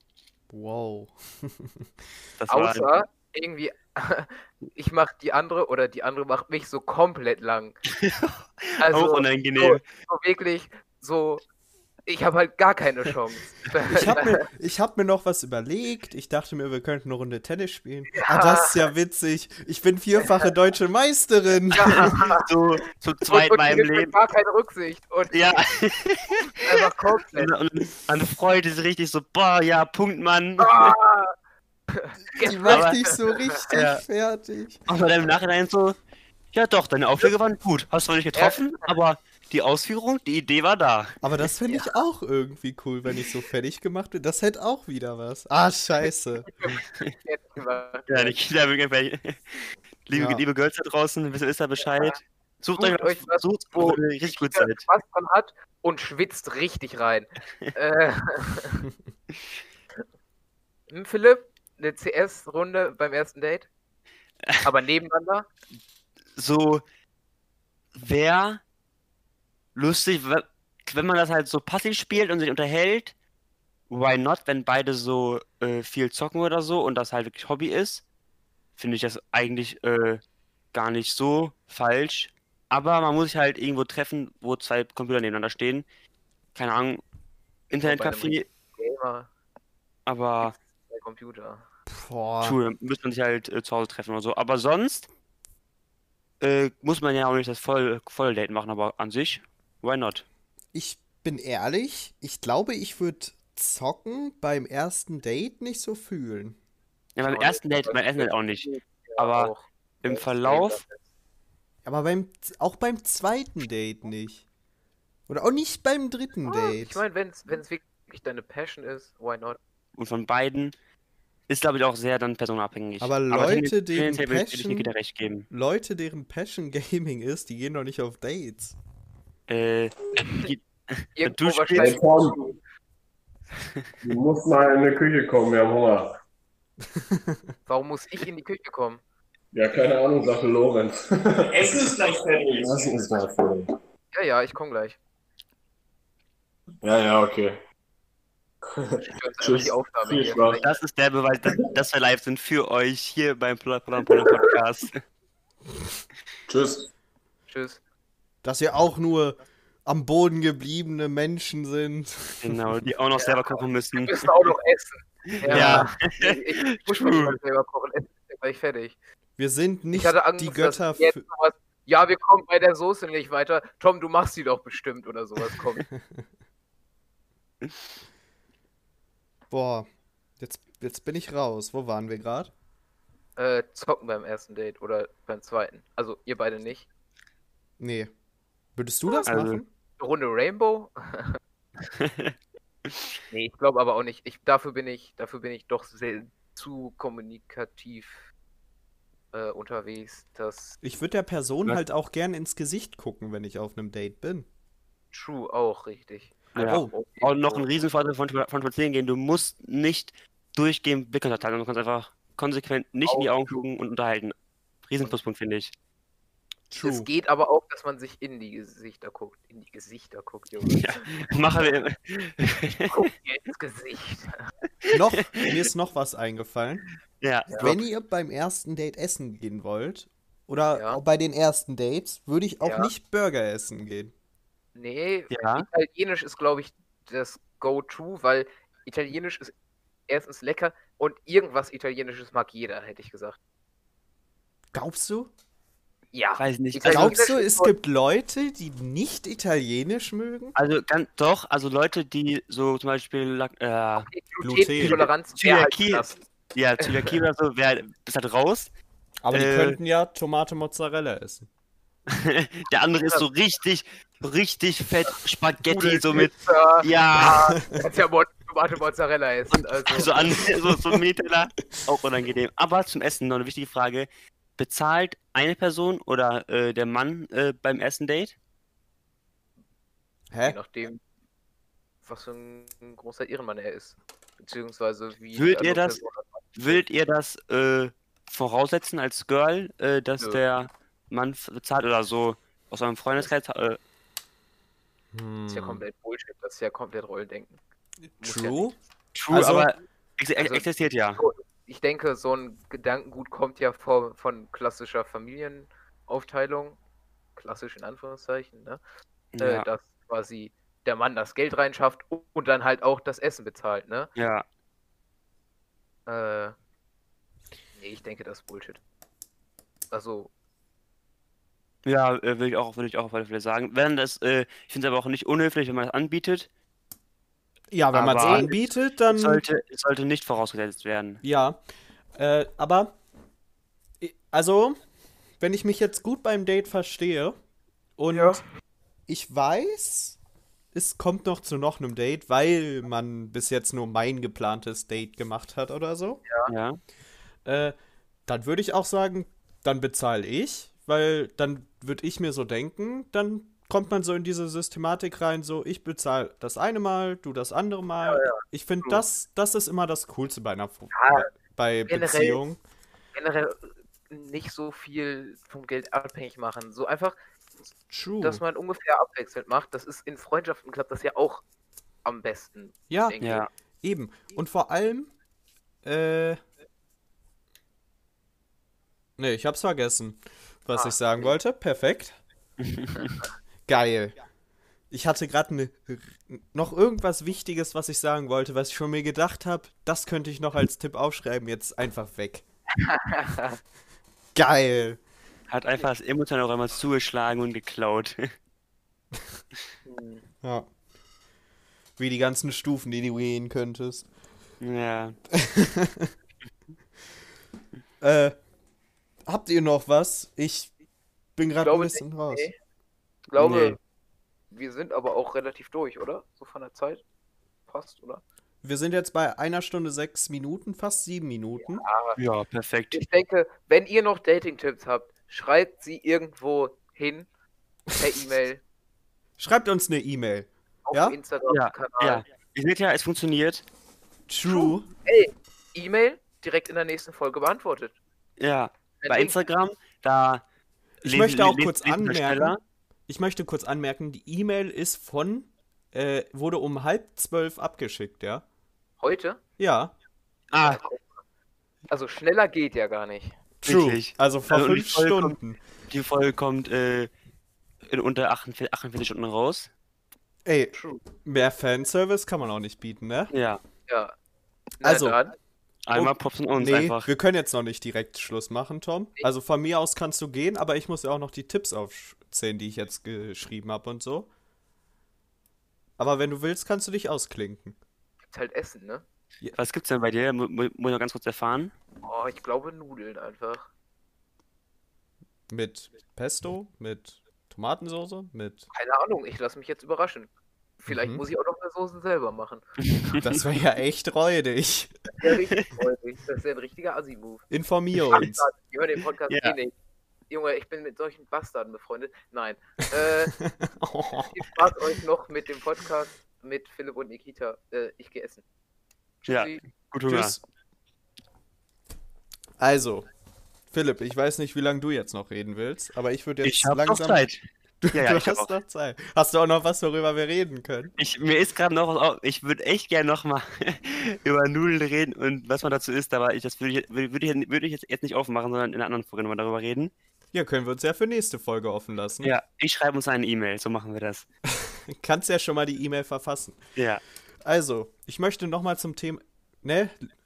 Wow. Das war Außer irgendwie, ich mach die andere oder die andere macht mich so komplett lang. auch Also so, unangenehm. so wirklich so, ich habe halt gar keine Chance. Ich hab mir noch was überlegt. Ich dachte mir, wir könnten eine Runde Tennis spielen. Ah, das ist ja witzig. Ich bin vierfache deutsche Meisterin. Ja. So zu zweit in Und meinem die nimmt Leben. gar keine Rücksicht. Und Ja. einfach komplett. Und man freut sich richtig so, boah, ja, Punkt, Mann. Ah, Die macht dich so richtig Ja. fertig. Aber dann im Nachhinein so, ja doch, deine Aufschläge waren gut. Hast zwar nicht getroffen, aber die Ausführung, die Idee war da. Aber das finde ich auch irgendwie cool, wenn ich so fertig gemacht bin. Das hätte auch wieder was. Ah, scheiße. Ja, die Kinder wirklich. Ja. Liebe Girls da draußen, wisst ihr Bescheid. Sucht Sucht euch was, sucht, wo wo ihr richtig gut jeder seid. Spaß dran hat und schwitzt richtig rein. Philipp, eine CS-Runde beim ersten Date? Aber nebeneinander? So, wäre lustig, wenn man das halt so passiv spielt und sich unterhält. Why not, wenn beide so viel zocken oder so und das halt wirklich Hobby ist, finde ich das eigentlich gar nicht so falsch. Aber man muss sich halt irgendwo treffen, wo zwei Computer nebeneinander stehen. Keine Ahnung, Internetcafé, Gamer, aber der Computer. Boah. Schule, müsste man sich halt zu Hause treffen oder so. Aber sonst muss man ja auch nicht das volle Date machen, aber an sich, why not? Ich bin ehrlich, ich glaube, ich würde zocken beim ersten Date nicht so fühlen. Ja, beim Auch ersten nicht, Date, aber beim ersten Date auch nicht. Ja, Aber auch. im Das Verlauf, Aber auch beim zweiten Date nicht. Oder auch nicht beim dritten Date. Ich meine, wenn es wirklich deine Passion ist, why not? und von beiden, ist glaube ich auch sehr dann personenabhängig. Aber Leute, deren tendenziell würde ich Passion- Nikita recht geben. Leute, deren Passion Gaming ist, die gehen doch nicht auf Dates. Irgendwo Du wahrscheinlich. Tom, du musst mal in die Küche kommen, wir haben Hunger. Warum muss ich in die Küche kommen? Ja, keine Ahnung, sagte Lorenz. Essen ist gleich fertig. Essen ist gleich fertig. Ja, ich komme gleich. Ja, okay. Stört einfach Tschüss. die Aufnahme Viel hier. Spaß. Das ist der Beweis, dass wir live sind für euch hier beim Podcast. Tschüss. Tschüss. Dass wir auch nur am Boden gebliebene Menschen sind. Genau, die auch noch selber kochen müssen. Wir müssen auch noch essen. Ja. Ich muss schon mal selber kochen. Essen ist gleich fertig. Wir sind nicht Ich hatte Angst, die Götter dass jetzt für. sowas, ja, wir kommen bei der Soße nicht weiter. Tom, du machst die doch bestimmt oder sowas kommt. Boah, jetzt bin ich raus. Wo waren wir gerade? Zocken beim ersten Date oder beim zweiten. Also ihr beide nicht. Nee. Würdest du das Also- machen? Eine Runde Rainbow? Nee, ich glaube aber auch nicht. Dafür bin ich doch sehr zu kommunikativ unterwegs. Das Ich würde der Person Was? halt auch gern ins Gesicht gucken, wenn ich auf einem Date bin. True auch richtig. Ja. Oh. Und noch ein Riesenvorteil von spazieren gehen, du musst nicht durchgehend Blickkontakt halten, du kannst einfach konsequent nicht in die Augen gucken und unterhalten. Riesenpluspunkt, finde ich. Es geht aber auch, dass man sich in die Gesichter guckt. In die Gesichter guckt, Junge. Ja, machen wir. Guck dir ins Gesicht. Mir ist noch was eingefallen. Ja, Wenn ihr beim ersten Date essen gehen wollt, oder Ja. auch bei den ersten Dates, würde ich auch Ja. nicht Burger essen gehen. Nee, Ja. Italienisch ist, glaube ich, das Go-To, weil Italienisch ist erstens lecker und irgendwas Italienisches mag jeder, hätte ich gesagt. Glaubst du? Ja. weiß nicht. Italienisch Glaubst du, ist es so- gibt Leute, die nicht Italienisch mögen? Also doch, also Leute, die so zum Beispiel Glutenintoleranz wäre halt Zöliakie. krass. ja, Zöliakie oder so, ist halt raus. Aber die Äh. könnten ja Tomate Mozzarella essen. Der andere ist so richtig fett Spaghetti, so mit. Pizza, Ja, kannst ja Tomate Mozzarella essen. Also, so ein Mini-Teller. Auch unangenehm. Aber zum Essen noch eine wichtige Frage. Bezahlt eine Person oder der Mann beim ersten Date? je Hä? nachdem, was für ein großer Ehrenmann er ist. Beziehungsweise wie. die Würdet ihr andere das- Person Würdet ihr das voraussetzen als Girl, dass Nö. der Mann bezahlt oder so aus eurem Freundeskreis? Das ist ja komplett Bullshit, das ist ja komplett Rollendenken. Muss ja True. True, Also- aber Also, Existiert ja. ich denke, so ein Gedankengut kommt ja von klassischer Familienaufteilung, klassisch in Anführungszeichen, ne? Ja, Dass quasi der Mann das Geld reinschafft und dann halt auch das Essen bezahlt, ne? ja. Nee, ich denke, das ist Bullshit. Also, Ja, würde ich auch auf alle Fälle sagen. Wenn das, ich finde es aber auch nicht unhöflich, wenn man das anbietet. Ja, wenn man es Aber anbietet, dann. Es sollte nicht vorausgesetzt werden. Ja. Aber. Also, wenn ich mich jetzt gut beim Date verstehe und Ja. ich weiß, es kommt noch zu noch einem Date, weil man bis jetzt nur mein geplantes Date gemacht hat oder so, Ja. dann würde ich auch sagen, dann bezahle ich, weil dann würde ich mir so denken, dann kommt man so in diese Systematik rein, so ich bezahle das eine Mal, du das andere Mal. Ich finde, True. das ist immer das Coolste bei bei generell- Beziehungen. Generell nicht so viel vom Geld abhängig machen. So einfach, True. dass man ungefähr abwechselnd macht. Das ist in Freundschaften klappt das ja auch am besten. Ja, denke Ja. eben. Und vor allem, nee, ich hab's vergessen, was ich sagen wollte. Perfekt. Geil. Ich hatte gerade noch irgendwas Wichtiges, was ich sagen wollte, was ich von mir gedacht habe. Das könnte ich noch als Tipp aufschreiben. Jetzt einfach weg. Geil. Hat einfach das emotionale auch einmal zugeschlagen und geklaut. ich. Ja. Wie die ganzen Stufen, die du gehen könntest. Ja. Habt ihr noch was? Ich bin gerade ein glaube bisschen raus. Nee. Ich glaube, Nee. wir sind aber auch relativ durch, oder? So von der Zeit. Fast, oder? Wir sind jetzt bei 1 Stunde 6 Minuten, fast 7 Minuten. Ja, perfekt. Ich denke, wenn ihr noch Dating-Tipps habt, schreibt sie irgendwo hin per E-Mail Schreibt uns eine E-Mail. auf Ja? dem Instagram-Kanal. Ja. Ihr seht ja, es funktioniert. True. E-Mail direkt in der nächsten Folge beantwortet. Ja. Ein Bei Link. Instagram, da Ich möchte auch lesen- kurz lesen wir anmerken, schneller. die E-Mail ist wurde um 11:30 abgeschickt, ja? Heute? Ja, Ah, Also schneller geht ja gar nicht. true. Wirklich? Also vor Also, und die 5 Folge kommt- Stunden. die Folge kommt in unter 48 Stunden raus. Ey, True. mehr Fanservice kann man auch nicht bieten, ne? Ja. Ja. Na Also, dann. Einmal Props an uns Nee, einfach. wir können jetzt noch nicht direkt Schluss machen, Tom. Also von mir aus kannst du gehen, aber ich muss ja auch noch die Tipps aufzählen, die ich jetzt geschrieben habe und so. Aber wenn du willst, kannst du dich ausklinken. Gibt's halt Essen, ne? Was gibt's denn bei dir? Muss ich noch ganz kurz erfahren. Oh, ich glaube Nudeln einfach. Mit Pesto, mit Tomatensauce, mit... Keine Ahnung, ich lasse mich jetzt überraschen. Vielleicht Mhm. muss ich auch noch eine Soße selber machen. Das wäre ja echt räudig. Das wäre richtig freudig. Das wäre ein richtiger Assi-Move. Informier uns. Bastard, ich höre den Podcast Ja. eh nicht. Junge, ich bin mit solchen Bastarden befreundet. Nein. Viel Spaß euch noch mit dem Podcast mit Philipp und Nikita. Ich gehe essen. Ja. Tschüssi. Gut Hunger. Tschüss. Also, Philipp, ich weiß nicht, wie lange du jetzt noch reden willst, aber ich würde jetzt Ich hab noch langsam... Zeit. Du, Ja, du ich hab hast auch. noch Zeit. Hast du auch noch was, worüber wir reden können? Mir ist gerade noch was auf. Ich würde echt gerne noch mal über Nudeln reden und was man dazu isst, aber das würde ich jetzt nicht aufmachen, sondern in einer anderen Folge nochmal darüber reden. Ja, können wir uns ja für nächste Folge offen lassen. Ja, ich schreibe uns eine E-Mail, so machen wir das. Kannst ja schon mal die E-Mail verfassen. Ja. Also, ich möchte nochmal zum Thema, ne,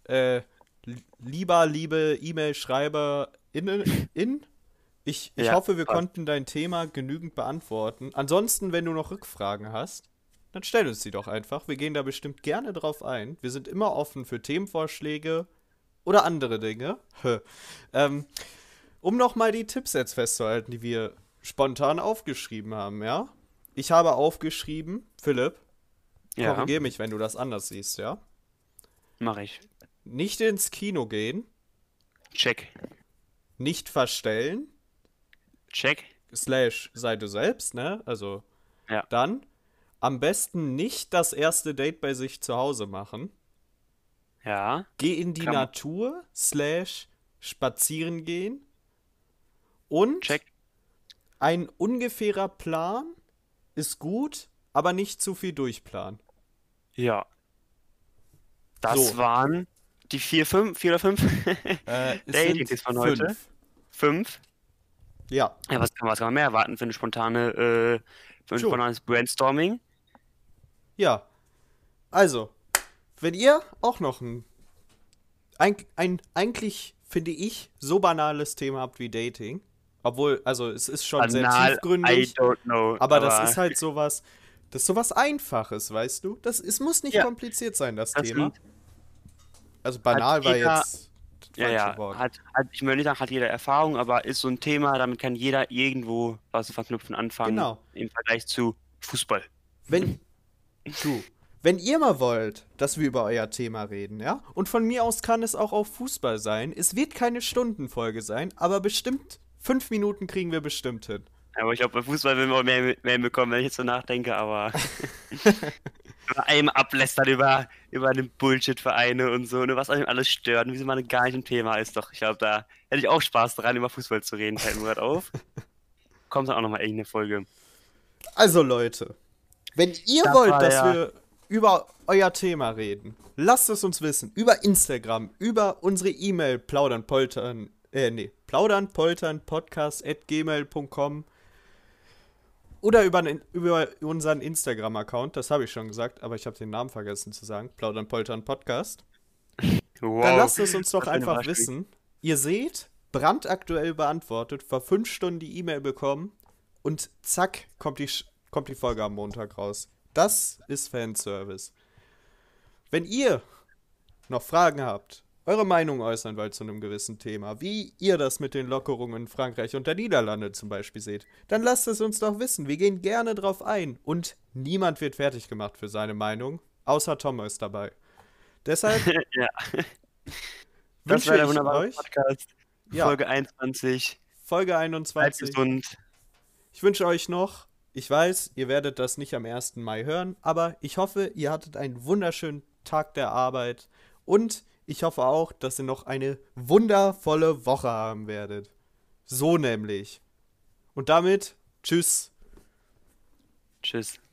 liebe E-Mail-Schreiber in. Ich Ja, hoffe, wir passt. konnten dein Thema genügend beantworten. Ansonsten, wenn du noch Rückfragen hast, dann stell uns die doch einfach. Wir gehen da bestimmt gerne drauf ein. Wir sind immer offen für Themenvorschläge oder andere Dinge. Um nochmal die Tipps jetzt festzuhalten, die wir spontan aufgeschrieben haben, ja? Ich habe aufgeschrieben, Philipp, Ja, korrigier mich, wenn du das anders siehst, ja? mache ich. Nicht ins Kino gehen, Check. nicht verstellen, Check. / sei du selbst, ne? Also, Ja. dann am besten nicht das erste Date bei sich zu Hause machen. Ja. Geh in die Klammer. Natur / spazieren gehen. Und Check. ein ungefährer Plan ist gut, aber nicht zu viel durchplanen. Ja. Das So. waren die 4 oder 5 Es Dating-Tipps von heute. 5. 5? Ja. Ja, was kann man mehr erwarten für ein spontanes Brainstorming? Ja. Also, wenn ihr auch noch ein eigentlich, finde ich, so banales Thema habt wie Dating, obwohl, also es ist schon sehr I tiefgründig, don't know. aber das ist halt sowas, das ist sowas Einfaches, weißt du? Es muss nicht Ja. kompliziert sein, das Das Thema. sind- Also banal war jeder- jetzt das falsche Wort. Ich möchte nicht sagen, hat jeder Erfahrung, aber ist so ein Thema, damit kann jeder irgendwo was verknüpfen anfangen. Genau. Im Vergleich zu Fußball. Wenn ihr mal wollt, dass wir über euer Thema reden, ja? Und von mir aus kann es auch auf Fußball sein. Es wird keine Stundenfolge sein, aber bestimmt 5 Minuten kriegen wir bestimmt hin. Aber ich glaube, bei Fußball will man mehr bekommen, wenn ich jetzt so nachdenke, aber über einem ablästern über den Bullshit-Vereine und so, ne, was einem alles stört und wieso man gar nicht im Thema ist. Doch, ich glaube, da hätte ich auch Spaß daran, über Fußball zu reden, fällt mir gerade auf. Kommt dann auch nochmal irgendeine Folge. Also Leute, wenn ihr Das wollt, war dass ja- wir über euer Thema reden, lasst es uns wissen. Über Instagram, über unsere E-Mail plaudernpoltern@gmail.com oder über unseren Instagram-Account, das habe ich schon gesagt, aber ich habe den Namen vergessen zu sagen, plaudernpoltern-podcast. Wow. Dann lasst es uns doch Was für eine einfach Beispiel. wissen. Ihr seht, brandaktuell beantwortet, vor 5 Stunden die E-Mail bekommen und zack, kommt die Folge am Montag raus. Das ist Fanservice. Wenn ihr noch Fragen habt, eure Meinung äußern wollt zu einem gewissen Thema, wie ihr das mit den Lockerungen in Frankreich und der Niederlande zum Beispiel seht, dann lasst es uns doch wissen. Wir gehen gerne drauf ein. Und niemand wird fertig gemacht für seine Meinung, außer Tom ist dabei. Deshalb Ja. wünsche Das war der ich wunderbare euch Podcast. Ja. Folge 21. Folge Bleibt 21. gesund. Ich wünsche euch noch, ich weiß, ihr werdet das nicht am 1. Mai hören, aber ich hoffe, ihr hattet einen wunderschönen Tag der Arbeit und ich hoffe auch, dass ihr noch eine wundervolle Woche haben werdet. So nämlich. Und damit, tschüss. Tschüss.